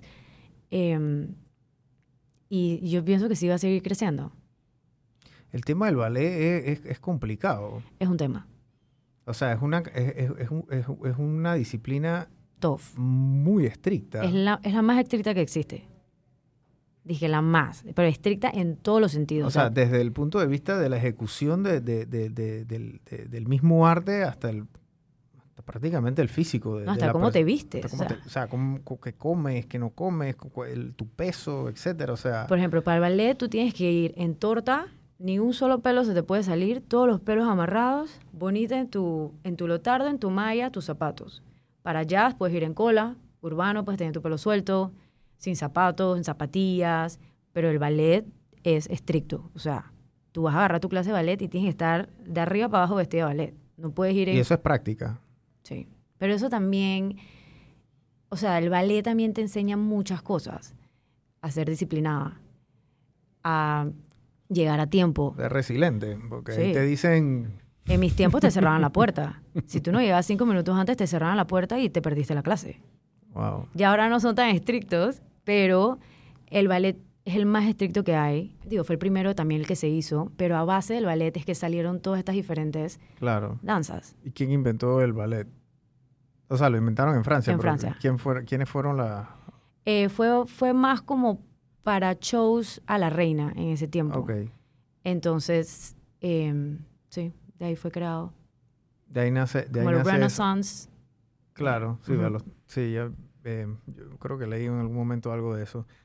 Y yo pienso que sí va a seguir creciendo. El tema del ballet es complicado. Es un tema. O sea, es una disciplina Tough. muy estricta. Es la más estricta que existe. Dije la más, pero estricta en todos los sentidos. O sea, desde el punto de vista de la ejecución del mismo arte hasta prácticamente el físico. Hasta cómo te vistes. Cómo que comes, que no comes, tu peso, etcétera. O sea, por ejemplo, para el ballet tú tienes que ir en torta, ni un solo pelo se te puede salir, todos los pelos amarrados, bonita en tu leotardo, en tu malla, tus zapatos. Para jazz puedes ir en cola, urbano puedes tener tu pelo suelto, sin zapatos, en zapatillas, pero el ballet es estricto. O sea, tú vas a agarrar tu clase de ballet y tienes que estar de arriba para abajo vestido de ballet. No puedes ir en... Y eso es práctica. Sí, pero eso también, o sea, el ballet también te enseña muchas cosas. A ser disciplinada, a llegar a tiempo. Ser resiliente, porque Sí. ahí te dicen... En mis tiempos te cerraban la puerta. Si tú no llegabas 5 minutos antes, te cerraban la puerta y te perdiste la clase. Wow. Ya ahora no son tan estrictos, pero el ballet es el más estricto que hay. Digo, fue el primero también el que se hizo, pero a base del ballet es que salieron todas estas diferentes Claro. danzas. ¿Y quién inventó el ballet? O sea, lo inventaron en Francia. En pero Francia. ¿Quiénes fueron las...? Fue más como para shows a la reina en ese tiempo. Ok. Entonces, sí, de ahí fue creado. De ahí nace... Como el Renaissance. Claro, sí, Ujú. yo creo que leí en algún momento algo de eso.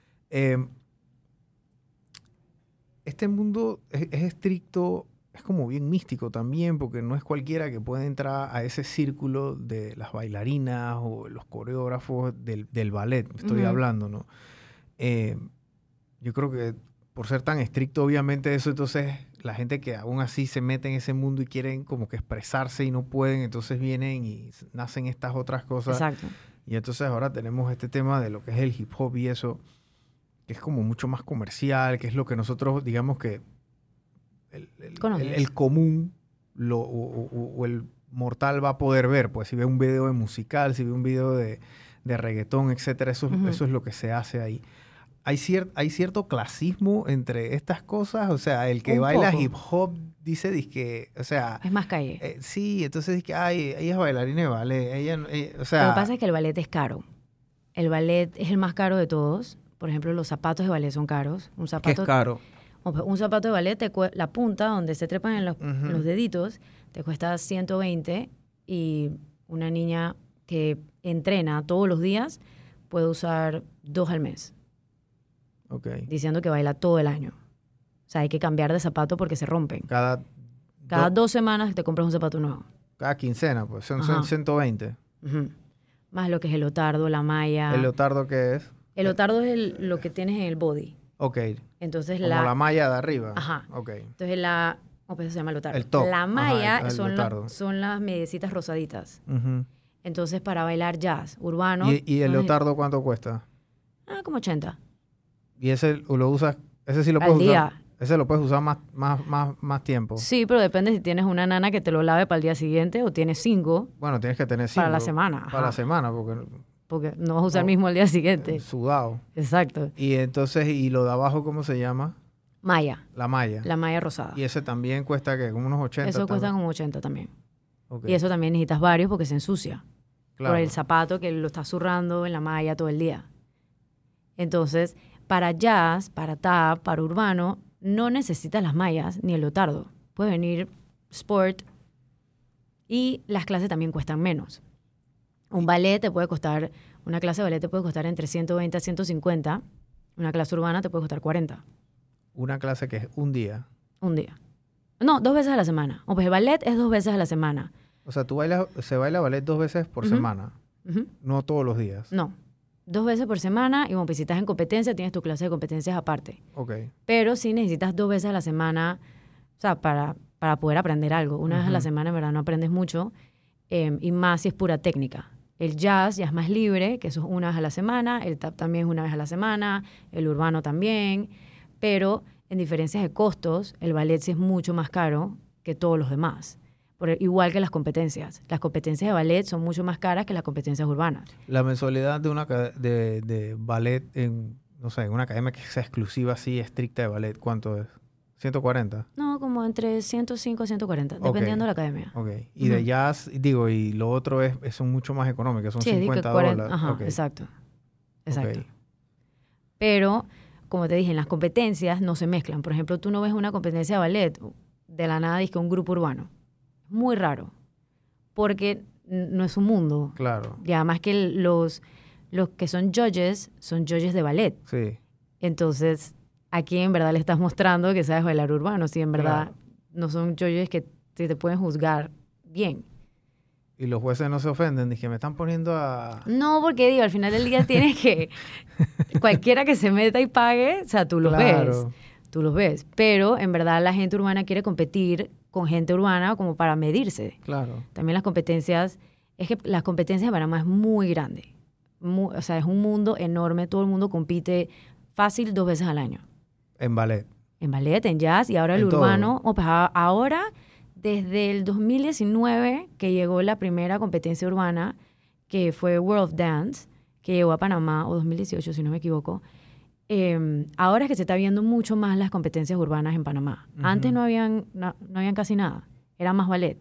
Este mundo es estricto, es como bien místico también, porque no es cualquiera que puede entrar a ese círculo de las bailarinas o los coreógrafos del ballet, estoy Ujú. hablando, ¿no? Yo creo que por ser tan estricto, obviamente eso, entonces la gente que aún así se mete en ese mundo y quieren como que expresarse y no pueden, entonces vienen y nacen estas otras cosas. Exacto. Y entonces ahora tenemos este tema de lo que es el hip hop y eso, que es como mucho más comercial, que es lo que nosotros, digamos que Conoces. el común o el mortal va a poder ver. Pues si ve un video de musical, si ve un video de reggaetón, etcétera, eso es lo que se hace ahí. Hay cierto clasismo entre estas cosas, o sea, el que Un baila poco. hip hop dice, o sea, Es más calle. sí, entonces dice que, ay, ella es bailarina de ballet, o sea... Lo que pasa es que el ballet es caro. El ballet es el más caro de todos. Por ejemplo, los zapatos de ballet son caros. Un que es zapato, caro. un zapato de ballet, la punta donde se trepan en Ujú. los deditos, te cuesta 120 y una niña que entrena todos los días puede usar 2 al mes, Ok. diciendo que baila todo el año. O sea, hay que cambiar de zapato porque se rompen. Cada 2 semanas te compras un zapato nuevo. cada quincena, pues son Ajá. 120. Ujú. Más lo que es el leotardo, la malla. ¿El leotardo qué es? El leotardo es lo que tienes en el body. Ok. Entonces Como la malla de arriba. Ajá. Ok. Entonces pues eso se llama leotardo. El top. La Ajá, malla el leotardo. son las mediecitas rosaditas. Ujú. Entonces para bailar jazz urbano. ¿Y el leotardo cuánto cuesta? Como 80. ¿Y ese lo usas? Ese sí lo Al puedes día. usar. Ese lo puedes usar más tiempo. Sí, pero depende si tienes una nana que te lo lave para el día siguiente o tienes 5, Bueno, tienes que tener Para la 5. semana, Para ajá. la semana, porque porque no vas a usar No. mismo al día siguiente. sudado. Exacto. Y entonces, ¿y lo de abajo cómo se llama? Malla. La malla. La malla rosada. Y ese también cuesta, ¿qué? Como unos 80. Eso cuesta también. como 80 también. Ok. Y eso también necesitas varios porque se ensucia. Claro. Por el zapato que lo está zurrando en la malla todo el día. Entonces, para jazz, para tap, para urbano, no necesitas las mallas ni el leotardo. Puede venir sport y las clases también cuestan menos. Un ballet te puede costar, una clase de ballet te puede costar entre 120 a 150. Una clase urbana te puede costar 40 Una clase que es un día. un día. No, 2 veces a la semana. O pues el ballet es 2 veces a la semana. O sea, se baila ballet 2 veces por Ujú. semana, Ujú. no todos los días. No. 2 veces por semana y bueno, pues si estás en competencia, tienes tu clase de competencias aparte. Ok. Pero sí necesitas 2 veces a la semana, o sea, para poder aprender algo. Una vez a la semana, en verdad, no aprendes mucho, y más si es pura técnica. El jazz ya es más libre, que eso es una vez a la semana, el tap también es una vez a la semana, el urbano también, pero en diferencias de costos, el ballet sí es mucho más caro que todos los demás. Igual que las competencias. Las competencias de ballet son mucho más caras que las competencias urbanas. La mensualidad de ballet en, no sé, en una academia que sea exclusiva, así, estricta de ballet, ¿cuánto es? ¿140? No, como entre 105 a 140, dependiendo de la academia. Ok. Y de jazz, digo, y lo otro son mucho más económicos, son Sí, es de que $50. Ajá, Ok. exacto. Ok. Pero, como te dije, en las competencias no se mezclan. Por ejemplo, tú no ves una competencia de ballet de la nada, dice que un grupo urbano. Muy raro. Porque no es un mundo. Claro. Y además que los que son judges de ballet. Sí. Entonces, aquí en verdad le estás mostrando que sabes bailar urbano. Si en verdad Claro. no son judges que te pueden juzgar bien. Y los jueces no se ofenden, dije, me están poniendo a... No, porque digo, al final del día tienes que... Cualquiera que se meta y pague, o sea, tú los ves. Tú los ves. Pero en verdad la gente urbana quiere competir con gente urbana como para medirse. Claro. También las competencias... Es que las competencias de Panamá es muy grande. O sea, es un mundo enorme. Todo el mundo compite fácil 2 veces al año. En ballet. En ballet, en jazz y ahora el En urbano. Pues ahora, desde el 2019, que llegó la primera competencia urbana, que fue World of Dance, que llegó a Panamá, o 2018, si no me equivoco. Ahora es que se está viendo mucho más las competencias urbanas en Panamá. Antes no habían casi nada. Era más ballet.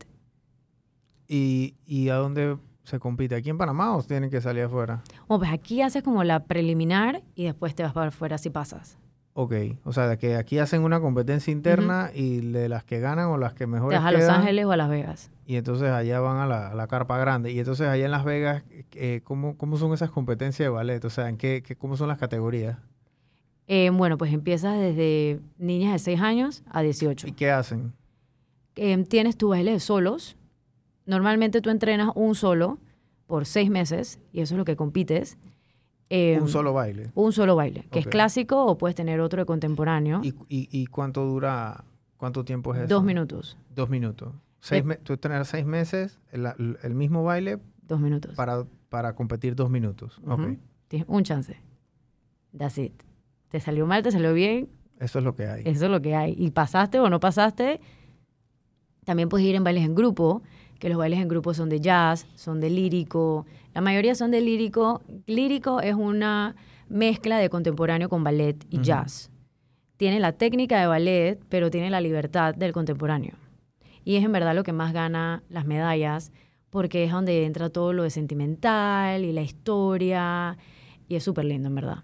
¿Y a dónde se compite? ¿Aquí en Panamá o tienen que salir afuera? Bueno, pues aquí haces como la preliminar y después te vas para afuera si pasas. Ok, o sea, de que aquí hacen una competencia interna y de las que ganan o las que Te mejores vas a quedan, Los Ángeles o a Las Vegas. y entonces allá van a la carpa grande. Y entonces allá en Las Vegas, ¿cómo son esas competencias de ballet? O sea, ¿cómo son las categorías? Bueno, pues empiezas desde niñas de 6 años a 18. ¿Y qué hacen? Tienes tu baile de solos. Normalmente tú entrenas un solo por 6 meses y eso es lo que compites. Un solo baile. Un solo baile, que es Ok. clásico o puedes tener otro de contemporáneo. ¿Y cuánto dura, cuánto tiempo es eso? 2 minutos. 2 minutos. Tú tienes 6 meses, el mismo baile 2 minutos. para competir 2 minutos. Ujú. Ok. Tienes un chance. That's it. Te salió mal, te salió bien, Eso es lo que hay. eso es lo que hay. Y pasaste o no pasaste, también puedes ir en bailes en grupo, que los bailes en grupo son de jazz, son de lírico. La mayoría son de lírico. Lírico es una mezcla de contemporáneo con ballet y jazz. Tiene la técnica de ballet, pero tiene la libertad del contemporáneo. Y es en verdad lo que más gana las medallas, porque es donde entra todo lo de sentimental y la historia, y es súper lindo, en verdad.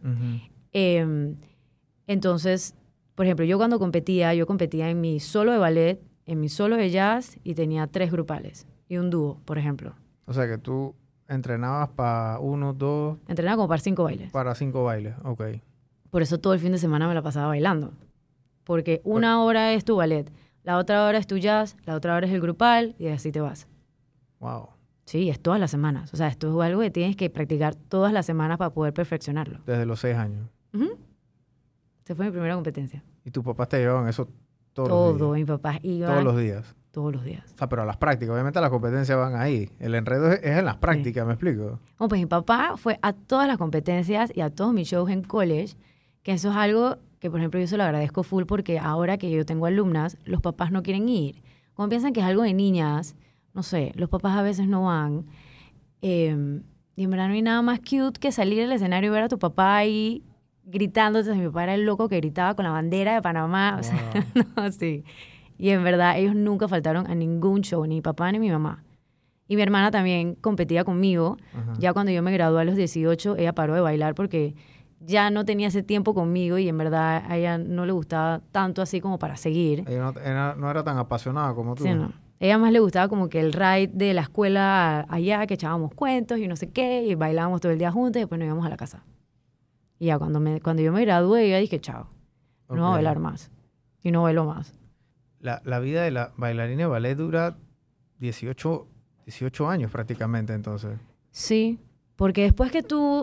Entonces, por ejemplo, yo cuando competía, en mi solo de ballet, en mi solo de jazz, y tenía 3 grupales y un dúo, por ejemplo. O sea que tú entrenabas para 1, 2, Entrenaba como para 5 bailes. para 5 bailes. Ok. Por eso todo el fin de semana me la pasaba bailando. Porque una hora es tu ballet, la otra hora es tu jazz, la otra hora es el grupal, y así te vas. Wow. Sí, es todas las semanas. O sea, esto es algo que tienes que practicar todas las semanas para poder perfeccionarlo. Desde los 6 años. Esa fue mi primera competencia. ¿Y tus papás te llevaban eso todos los Todo, días? mi papá iba Todos los días. todos los días. O sea, pero a las prácticas. Obviamente las competencias van ahí. El enredo es en las prácticas, ¿me explico? Bueno, pues mi papá fue a todas las competencias y a todos mis shows en college, que eso es algo que, por ejemplo, yo se lo agradezco full porque ahora que yo tengo alumnas, los papás no quieren ir. Como piensan que es algo de niñas, no sé, los papás a veces no van. Y en verdad no hay nada más cute que salir al escenario y ver a tu papá ahí gritando. Entonces, mi papá era el loco que gritaba con la bandera de Panamá. O sea, no, sí. Y en verdad ellos nunca faltaron a ningún show, ni mi papá ni mi mamá. Y mi hermana también competía conmigo. Ajá. Ya cuando yo me gradué a los 18, ella paró de bailar porque ya no tenía ese tiempo conmigo y en verdad a ella no le gustaba tanto así como para seguir. Ella no era tan apasionada como tú. Sí, no. Ella más le gustaba como que el ride de la escuela allá, que echábamos cuentos y no sé qué, y bailábamos todo el día juntos y después nos íbamos a la casa. Y ya cuando yo me gradué, yo dije, chao, no voy a Ok. bailar más. Y no bailo más. La vida de la bailarina de ballet dura 18 años prácticamente, entonces. Sí, porque después que tú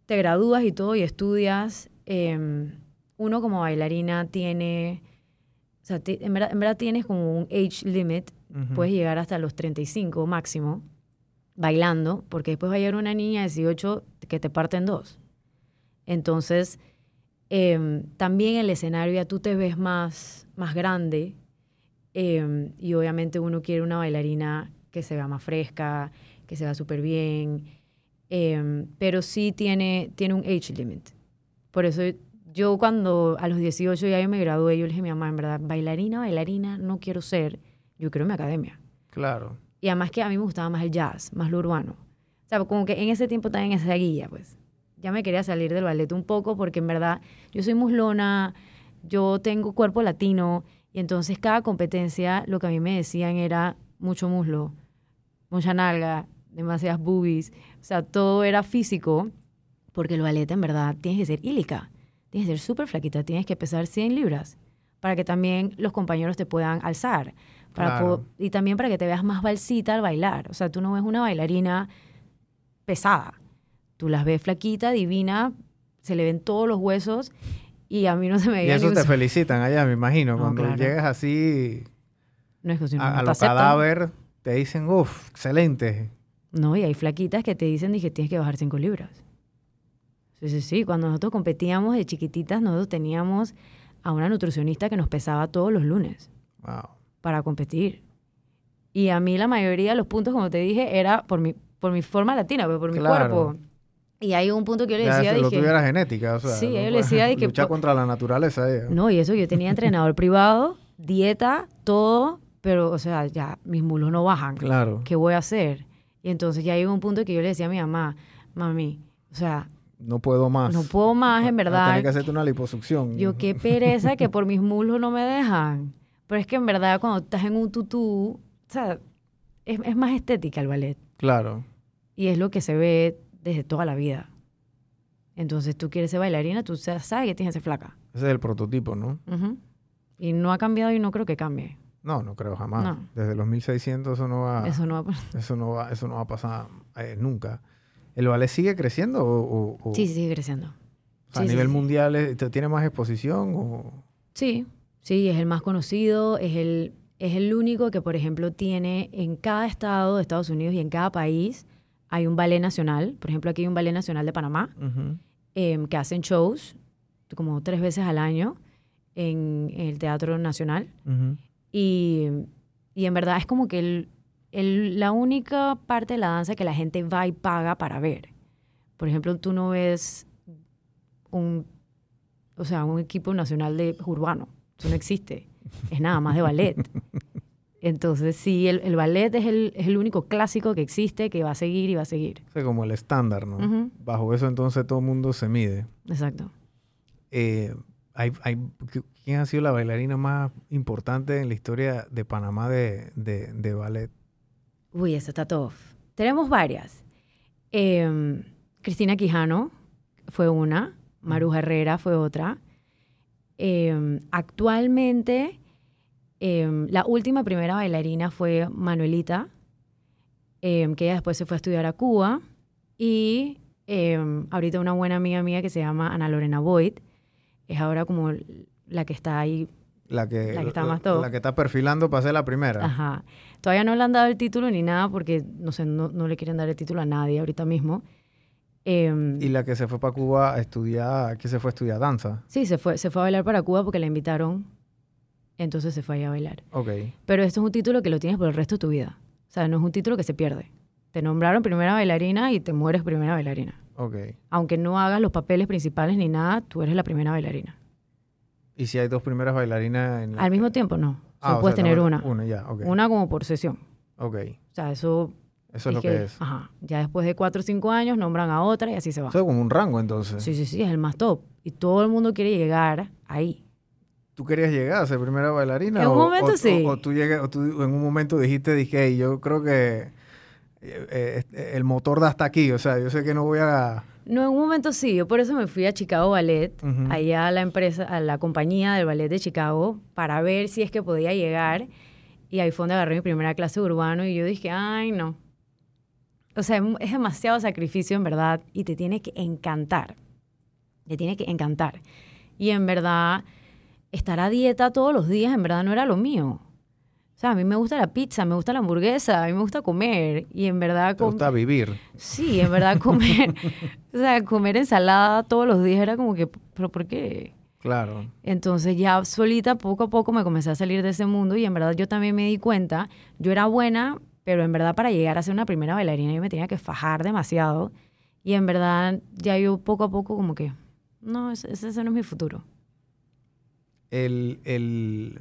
te gradúas y todo y estudias, uno como bailarina tiene, o sea, en verdad tienes como un age limit, puedes llegar hasta los 35 máximo bailando, porque después va a llegar una niña de 18 que te parte en dos. Entonces, también el escenario ya tú te ves más grande, y obviamente uno quiere una bailarina que se vea más fresca, que se vea súper bien, pero sí tiene un age limit. Por eso yo cuando a los 18 ya yo me gradué, yo le dije a mi mamá, en verdad, bailarina no quiero ser, yo quiero mi academia. Claro. Y además que a mí me gustaba más el jazz, más lo urbano. O sea, como que en ese tiempo también esa guía, pues. Ya me quería salir del ballet un poco porque en verdad yo soy muslona, yo tengo cuerpo latino y entonces cada competencia lo que a mí me decían era mucho muslo, mucha nalga, demasiadas boobies. O sea, todo era físico porque el ballet en verdad tienes que ser ílica, tienes que ser súper flaquita, tienes que pesar 100 libras para que también los compañeros te puedan alzar. Claro. Y también para que te veas más balsita al bailar. O sea, tú no ves una bailarina pesada. Tú las ves flaquita, divina, se le ven todos los huesos y a mí no se me veía Y eso ni te felicitan allá, me imagino. No, Cuando claro. llegas así No es que si no, a no te los aceptan. cadáveres, te dicen, uff, excelente. No, y hay flaquitas que te dicen que tienes que bajar 5 libras. Sí. Cuando nosotros competíamos de chiquititas, nosotros teníamos a una nutricionista que nos pesaba todos los lunes Wow. para competir. Y a mí la mayoría de los puntos, como te dije, era por mi forma latina, pero por mi Claro. cuerpo. Y hay un punto que yo le Ya decía, eso, lo dije... tuyo era genética, o sea. Sí, no yo le decía de que... luchar contra la naturaleza. No, y eso, yo tenía entrenador privado, dieta, todo, pero, o sea, ya mis muslos no bajan. Claro. ¿Qué voy a hacer? Y entonces ya llegó un punto que yo le decía a mi mamá, mami, o sea... No puedo más. No puedo más, en verdad. Tienes que hacerte una liposucción. Yo qué pereza que por mis muslos no me dejan. Pero es que en verdad cuando estás en un tutú, o sea, es más estética el ballet. Claro. Y es lo que se ve desde toda la vida. Entonces tú quieres ser bailarina, tú sabes que tienes que ser flaca. Ese es el prototipo, ¿no? Uh-huh. Y no ha cambiado y no creo que cambie. No creo jamás. No. Desde los 1600 eso no va. Eso no va a Eso no va a pasar nunca. ¿El ballet sigue creciendo o Sí, sigue creciendo. o sea, a nivel mundial tiene más exposición o? Sí, es el más conocido, es el único que, por ejemplo, tiene en cada estado de Estados Unidos y en cada país hay un ballet nacional. Por ejemplo, aquí hay un ballet nacional de Panamá, que hacen shows como 3 veces al año en el Teatro Nacional. Y en verdad es como que la única parte de la danza que la gente va y paga para ver. Por ejemplo, tú no ves un equipo nacional de urbano. Eso no existe. Es nada más de ballet. Entonces, sí, el ballet es el único clásico que existe, que va a seguir y va a seguir. O sea, como el estándar, ¿no? Uh-huh. Bajo eso, entonces, todo el mundo se mide. Exacto. ¿Quién ha sido la bailarina más importante en la historia de Panamá de ballet? Uy, eso está tough. Tenemos varias. Cristina Quijano fue una. Maru Herrera fue otra. Actualmente, la última primera bailarina fue Manuelita, que ella después se fue a estudiar a Cuba. Y ahorita una buena amiga mía que se llama Ana Lorena Boyd, es ahora como la que está ahí. La que está más top. La que está perfilando para ser la primera. Ajá. Todavía no le han dado el título ni nada porque, no sé, no le quieren dar el título a nadie ahorita mismo. ¿Y la que se fue para Cuba a estudiar, que se fue a estudiar danza? Sí, se fue a bailar para Cuba porque la invitaron, entonces se fue ahí a bailar. Ok. Pero esto es un título que lo tienes por el resto de tu vida. O sea, no es un título que se pierde. Te nombraron primera bailarina y te mueres primera bailarina. Ok. Aunque no hagas los papeles principales ni nada, tú eres la primera bailarina. ¿Y si hay dos primeras bailarinas? Al mismo tiempo, no. Solo puedes tener una. Una, ya, ok. Una como por sesión. Ok. O sea, eso es lo que es. Ajá. Ya después de 4 o 5 años nombran a otra y así se va. Eso es como un rango, entonces. Sí, es el más top. Y todo el mundo quiere llegar ahí. ¿Tú querías llegar a ser primera bailarina? En un momento sí. O tú en un momento dijiste, hey, yo creo que el motor da hasta aquí. O sea, yo sé que no voy a... No, en un momento sí. Yo por eso me fui a Chicago Ballet, Uh-huh. allá a la empresa, a la compañía del ballet de Chicago, para ver si es que podía llegar. Y ahí fue donde agarré mi primera clase de urbano y yo dije, ay, no. o sea, es demasiado sacrificio en verdad y te tiene que encantar. Te tiene que encantar. Y en verdad, estar a dieta todos los días en verdad no era lo mío. O sea, a mí me gusta la pizza, me gusta la hamburguesa, a mí me gusta comer. Y en verdad... ¿Te gusta vivir? Sí, en verdad comer... o sea, comer ensalada todos los días era como que... ¿Pero por qué? Claro. Entonces ya solita, poco a poco, me comencé a salir de ese mundo y en verdad yo también me di cuenta. Yo era buena, pero en verdad para llegar a ser una primera bailarina yo me tenía que fajar demasiado. Y en verdad ya yo poco a poco como que... No, ese no es mi futuro. El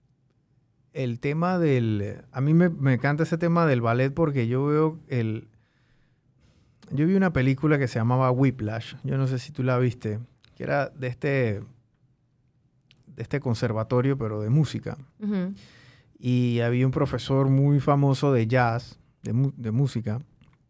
tema del... A mí me encanta ese tema del ballet porque yo veo Yo vi una película que se llamaba Whiplash. Yo no sé si tú la viste. Que era de este conservatorio, pero de música. Uh-huh. Y había un profesor muy famoso de jazz, de música,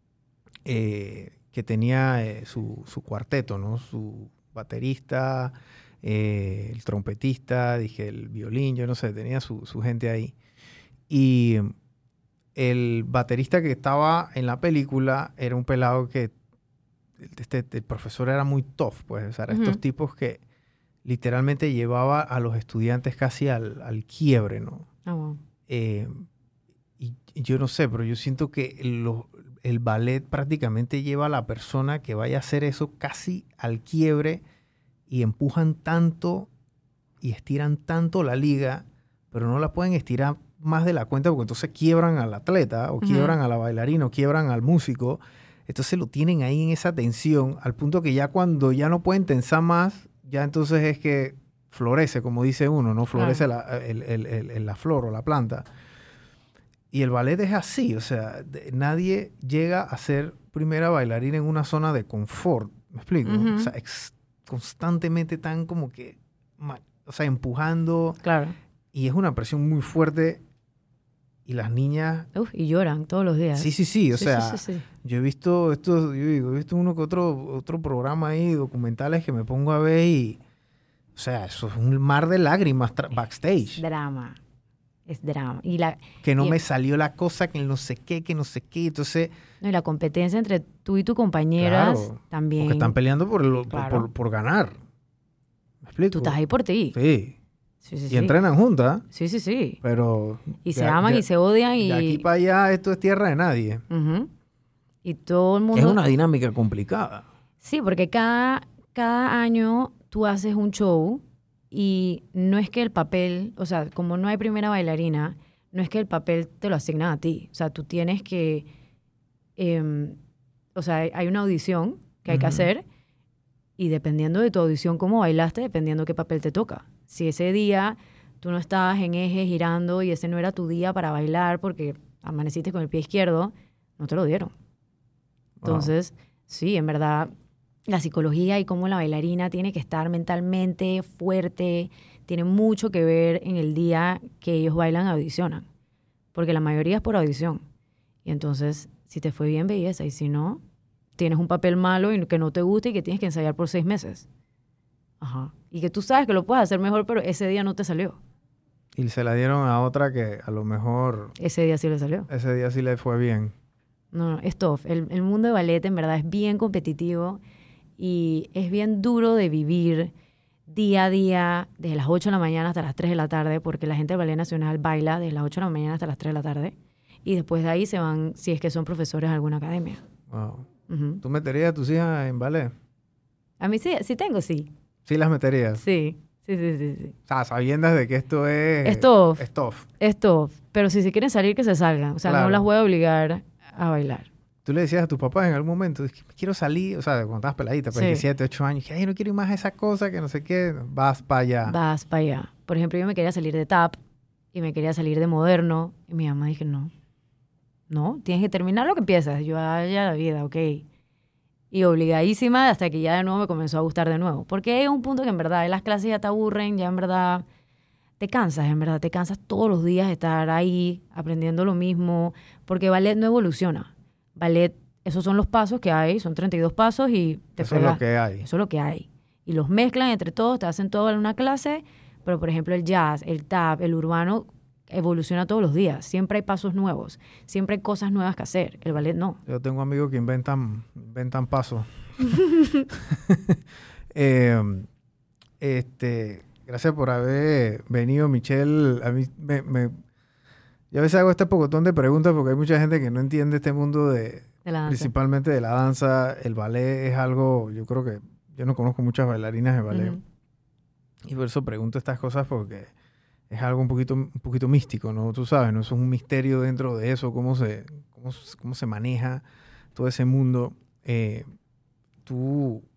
que tenía su cuarteto, ¿no? Su baterista, el trompetista, el violín, yo no sé, tenía su gente ahí. Y el baterista que estaba en la película era un pelado que el profesor era muy tough, pues, o sea, eran estos tipos que literalmente llevaba a los estudiantes casi al quiebre, ¿no? Oh, wow. Y yo no sé, pero yo siento que el ballet prácticamente lleva a la persona que vaya a hacer eso casi al quiebre y empujan tanto y estiran tanto la liga, pero no la pueden estirar más de la cuenta porque entonces quiebran al atleta o quiebran a la bailarina o quiebran al músico. Entonces lo tienen ahí en esa tensión al punto que ya cuando ya no pueden tensar más, ya entonces es que florece, como dice uno, ¿no? Florece la flor o la planta. Y el ballet es así, o sea, nadie llega a ser primera bailarina en una zona de confort, ¿me explico? Uh-huh. O sea, constantemente están como que, o sea, empujando. Claro. Y es una presión muy fuerte y las niñas... Y lloran todos los días. Sí, o sea, sí. Yo he visto uno que otro programa ahí, documentales que me pongo a ver y, o sea, eso es un mar de lágrimas backstage. Es drama. Que no me salió la cosa, que no sé qué, entonces... No, y la competencia entre tú y tu compañeras también. Porque están peleando por ganar. ¿Me explico? Tú estás ahí por ti. Sí. Y entrenan juntas. Sí. Pero... Y se aman y se odian y... De aquí para allá esto es tierra de nadie. Uh-huh. Y todo el mundo... Es una dinámica complicada. Sí, porque cada año tú haces un show y no es que el papel... O sea, como no hay primera bailarina, no es que el papel te lo asignan a ti. O sea, tú tienes que... o sea, hay una audición que hay que hacer y dependiendo de tu audición, cómo bailaste, dependiendo qué papel te toca. Si ese día tú no estabas en eje girando y ese no era tu día para bailar porque amaneciste con el pie izquierdo, no te lo dieron. Entonces, sí, en verdad, la psicología y cómo la bailarina tiene que estar mentalmente fuerte, tiene mucho que ver en el día que ellos bailan, audicionan. Porque la mayoría es por audición. Y entonces, si te fue bien, belleza. Y si no, tienes un papel malo y que no te gusta y que tienes que ensayar por 6 meses. Ajá. Y que tú sabes que lo puedes hacer mejor, pero ese día no te salió. Y se la dieron a otra que a lo mejor... Ese día sí le salió. Ese día sí le fue bien. No, es tough. El mundo de ballet en verdad es bien competitivo y es bien duro de vivir día a día, desde las 8 de la mañana hasta las 3 de la tarde, porque la gente del Ballet Nacional baila desde las 8 de la mañana hasta las 3 de la tarde. Y después de ahí se van, si es que son profesores de alguna academia. Wow. Uh-huh. ¿Tú meterías a tus hijas en ballet? A mí sí tengo, sí. ¿Sí las meterías? Sí. O sea, sabiendas de que esto es... Es tough. Es tough. Pero si se quieren salir, que se salgan. O sea, claro. No las voy a obligar a bailar. Tú le decías a tus papás en algún momento, quiero salir, o sea, cuando estabas peladita, pues 17, 8 años, que no quiero ir más a esa cosa, que no sé qué, vas para allá. Por ejemplo, yo me quería salir de tap y me quería salir de moderno. Y mi mamá dije, no, tienes que terminar lo que empiezas. Yo, ya la vida, ok. Y obligadísima hasta que ya de nuevo me comenzó a gustar de nuevo. Porque hay un punto que en verdad las clases ya te aburren, ya en verdad te cansas, te cansas todos los días de estar ahí aprendiendo lo mismo, porque ballet no evoluciona. Ballet, esos son los pasos que hay, son 32 pasos y te Eso es lo que hay. Eso es lo que hay. Y los mezclan entre todos, te hacen todo en una clase, pero por ejemplo el jazz, el tap, el urbano, evoluciona todos los días. Siempre hay pasos nuevos. Siempre hay cosas nuevas que hacer. El ballet no. Yo tengo amigos que inventan pasos. Gracias por haber venido, Michelle. A mí yo a veces hago este pocotón de preguntas porque hay mucha gente que no entiende este mundo De la danza. principalmente de la danza. El ballet es algo, yo creo que yo no conozco muchas bailarinas de ballet. Ujú. Y por eso pregunto estas cosas porque es algo un poquito místico, ¿no? Tú sabes, ¿no? Eso es un misterio dentro de eso, cómo se maneja todo ese mundo. Tú,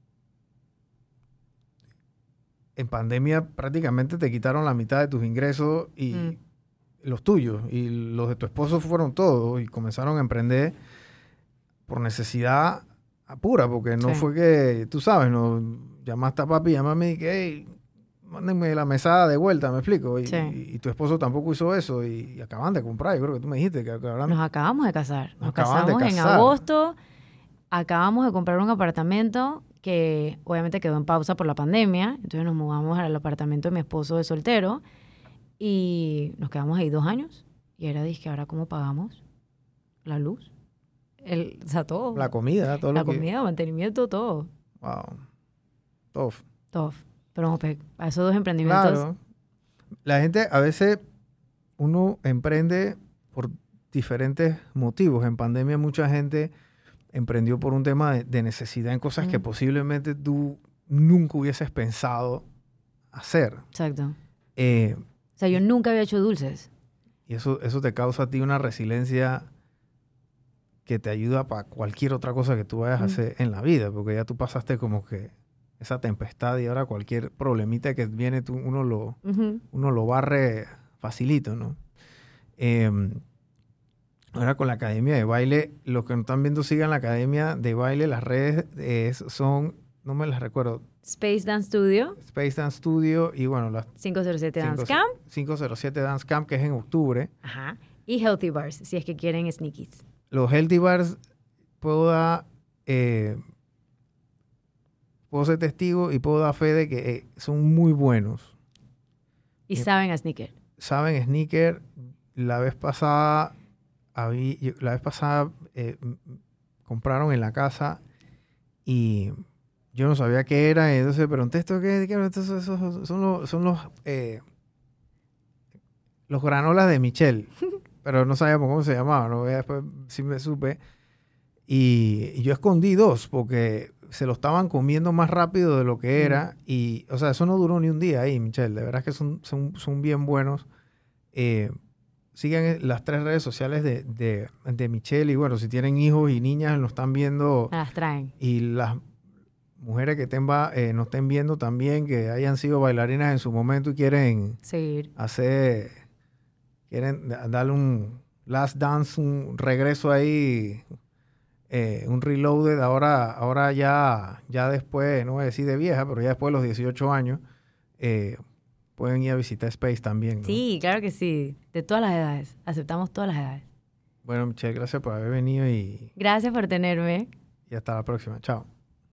en pandemia prácticamente te quitaron la mitad de tus ingresos y los tuyos y los de tu esposo fueron todos y comenzaron a emprender por necesidad pura, porque no Sí. fue que, tú sabes, no llamaste a papi, llamaste y que, hey, mándenme la mesada de vuelta, me explico. Y, Sí. y tu esposo tampoco hizo eso y acaban de comprar. Yo creo que tú me dijiste que acaban Nos acabamos de casar. Nos Nos acaban de casamos en casar. agosto. Acabamos de comprar un apartamento que obviamente quedó en pausa por la pandemia. Entonces nos mudamos al apartamento de mi esposo de soltero y nos quedamos ahí 2 años. Y era, dije, ¿ahora cómo pagamos la luz? O sea, todo. la comida, todo La lo que... comida, mantenimiento, todo. Wow. Tough. Todo. Pero a esos 2 emprendimientos. Claro. La gente, a veces, uno emprende por diferentes motivos. En pandemia mucha gente emprendió por un tema de necesidad en cosas que posiblemente tú nunca hubieses pensado hacer. Exacto. Eh, O sea, yo nunca había hecho dulces. y eso te causa a ti una resiliencia que te ayuda para cualquier otra cosa que tú vayas a hacer en la vida, porque ya tú pasaste como que esa tempestad y ahora cualquier problemita que viene, uno lo barre facilito, ¿no? Ahora con la academia de baile, los que no están viendo sigan la academia de baile, las redes son, no me las recuerdo, Space Dance Studio, Space Dance Studio y bueno, las 507 Dance Camp. 507 Dance Camp, que es en octubre. Ajá. Y Healthy Bars, si es que quieren sneakies. Los Healthy Bars, puedo ser testigo y puedo dar fe de que son muy buenos. Y saben a sneaker. Saben sneaker. La vez pasada compraron en la casa y yo no sabía qué era, entonces pregunté, ¿esto qué? Estos son los granolas de Michelle, pero no sabíamos cómo se llamaban, ¿no? Después sí me supe. Y yo escondí 2 porque se lo estaban comiendo más rápido de lo que era. Y, o sea, eso no duró ni un día ahí, Michelle. De verdad que son bien buenos. Sigan las 3 redes sociales de Michelle. Y bueno, si tienen hijos y niñas, nos están viendo. Me las traen. Y las mujeres que nos estén viendo también, que hayan sido bailarinas en su momento y quieren Seguir. quieren darle un last dance, un regreso ahí, un reloaded, ahora ya después, no voy a decir de vieja, pero ya después de los 18 años, pueden ir a visitar Space también, ¿no? Sí, claro que sí. De todas las edades. Aceptamos todas las edades. Bueno, Michelle, gracias por haber venido y Gracias por tenerme. hasta la próxima. Chao.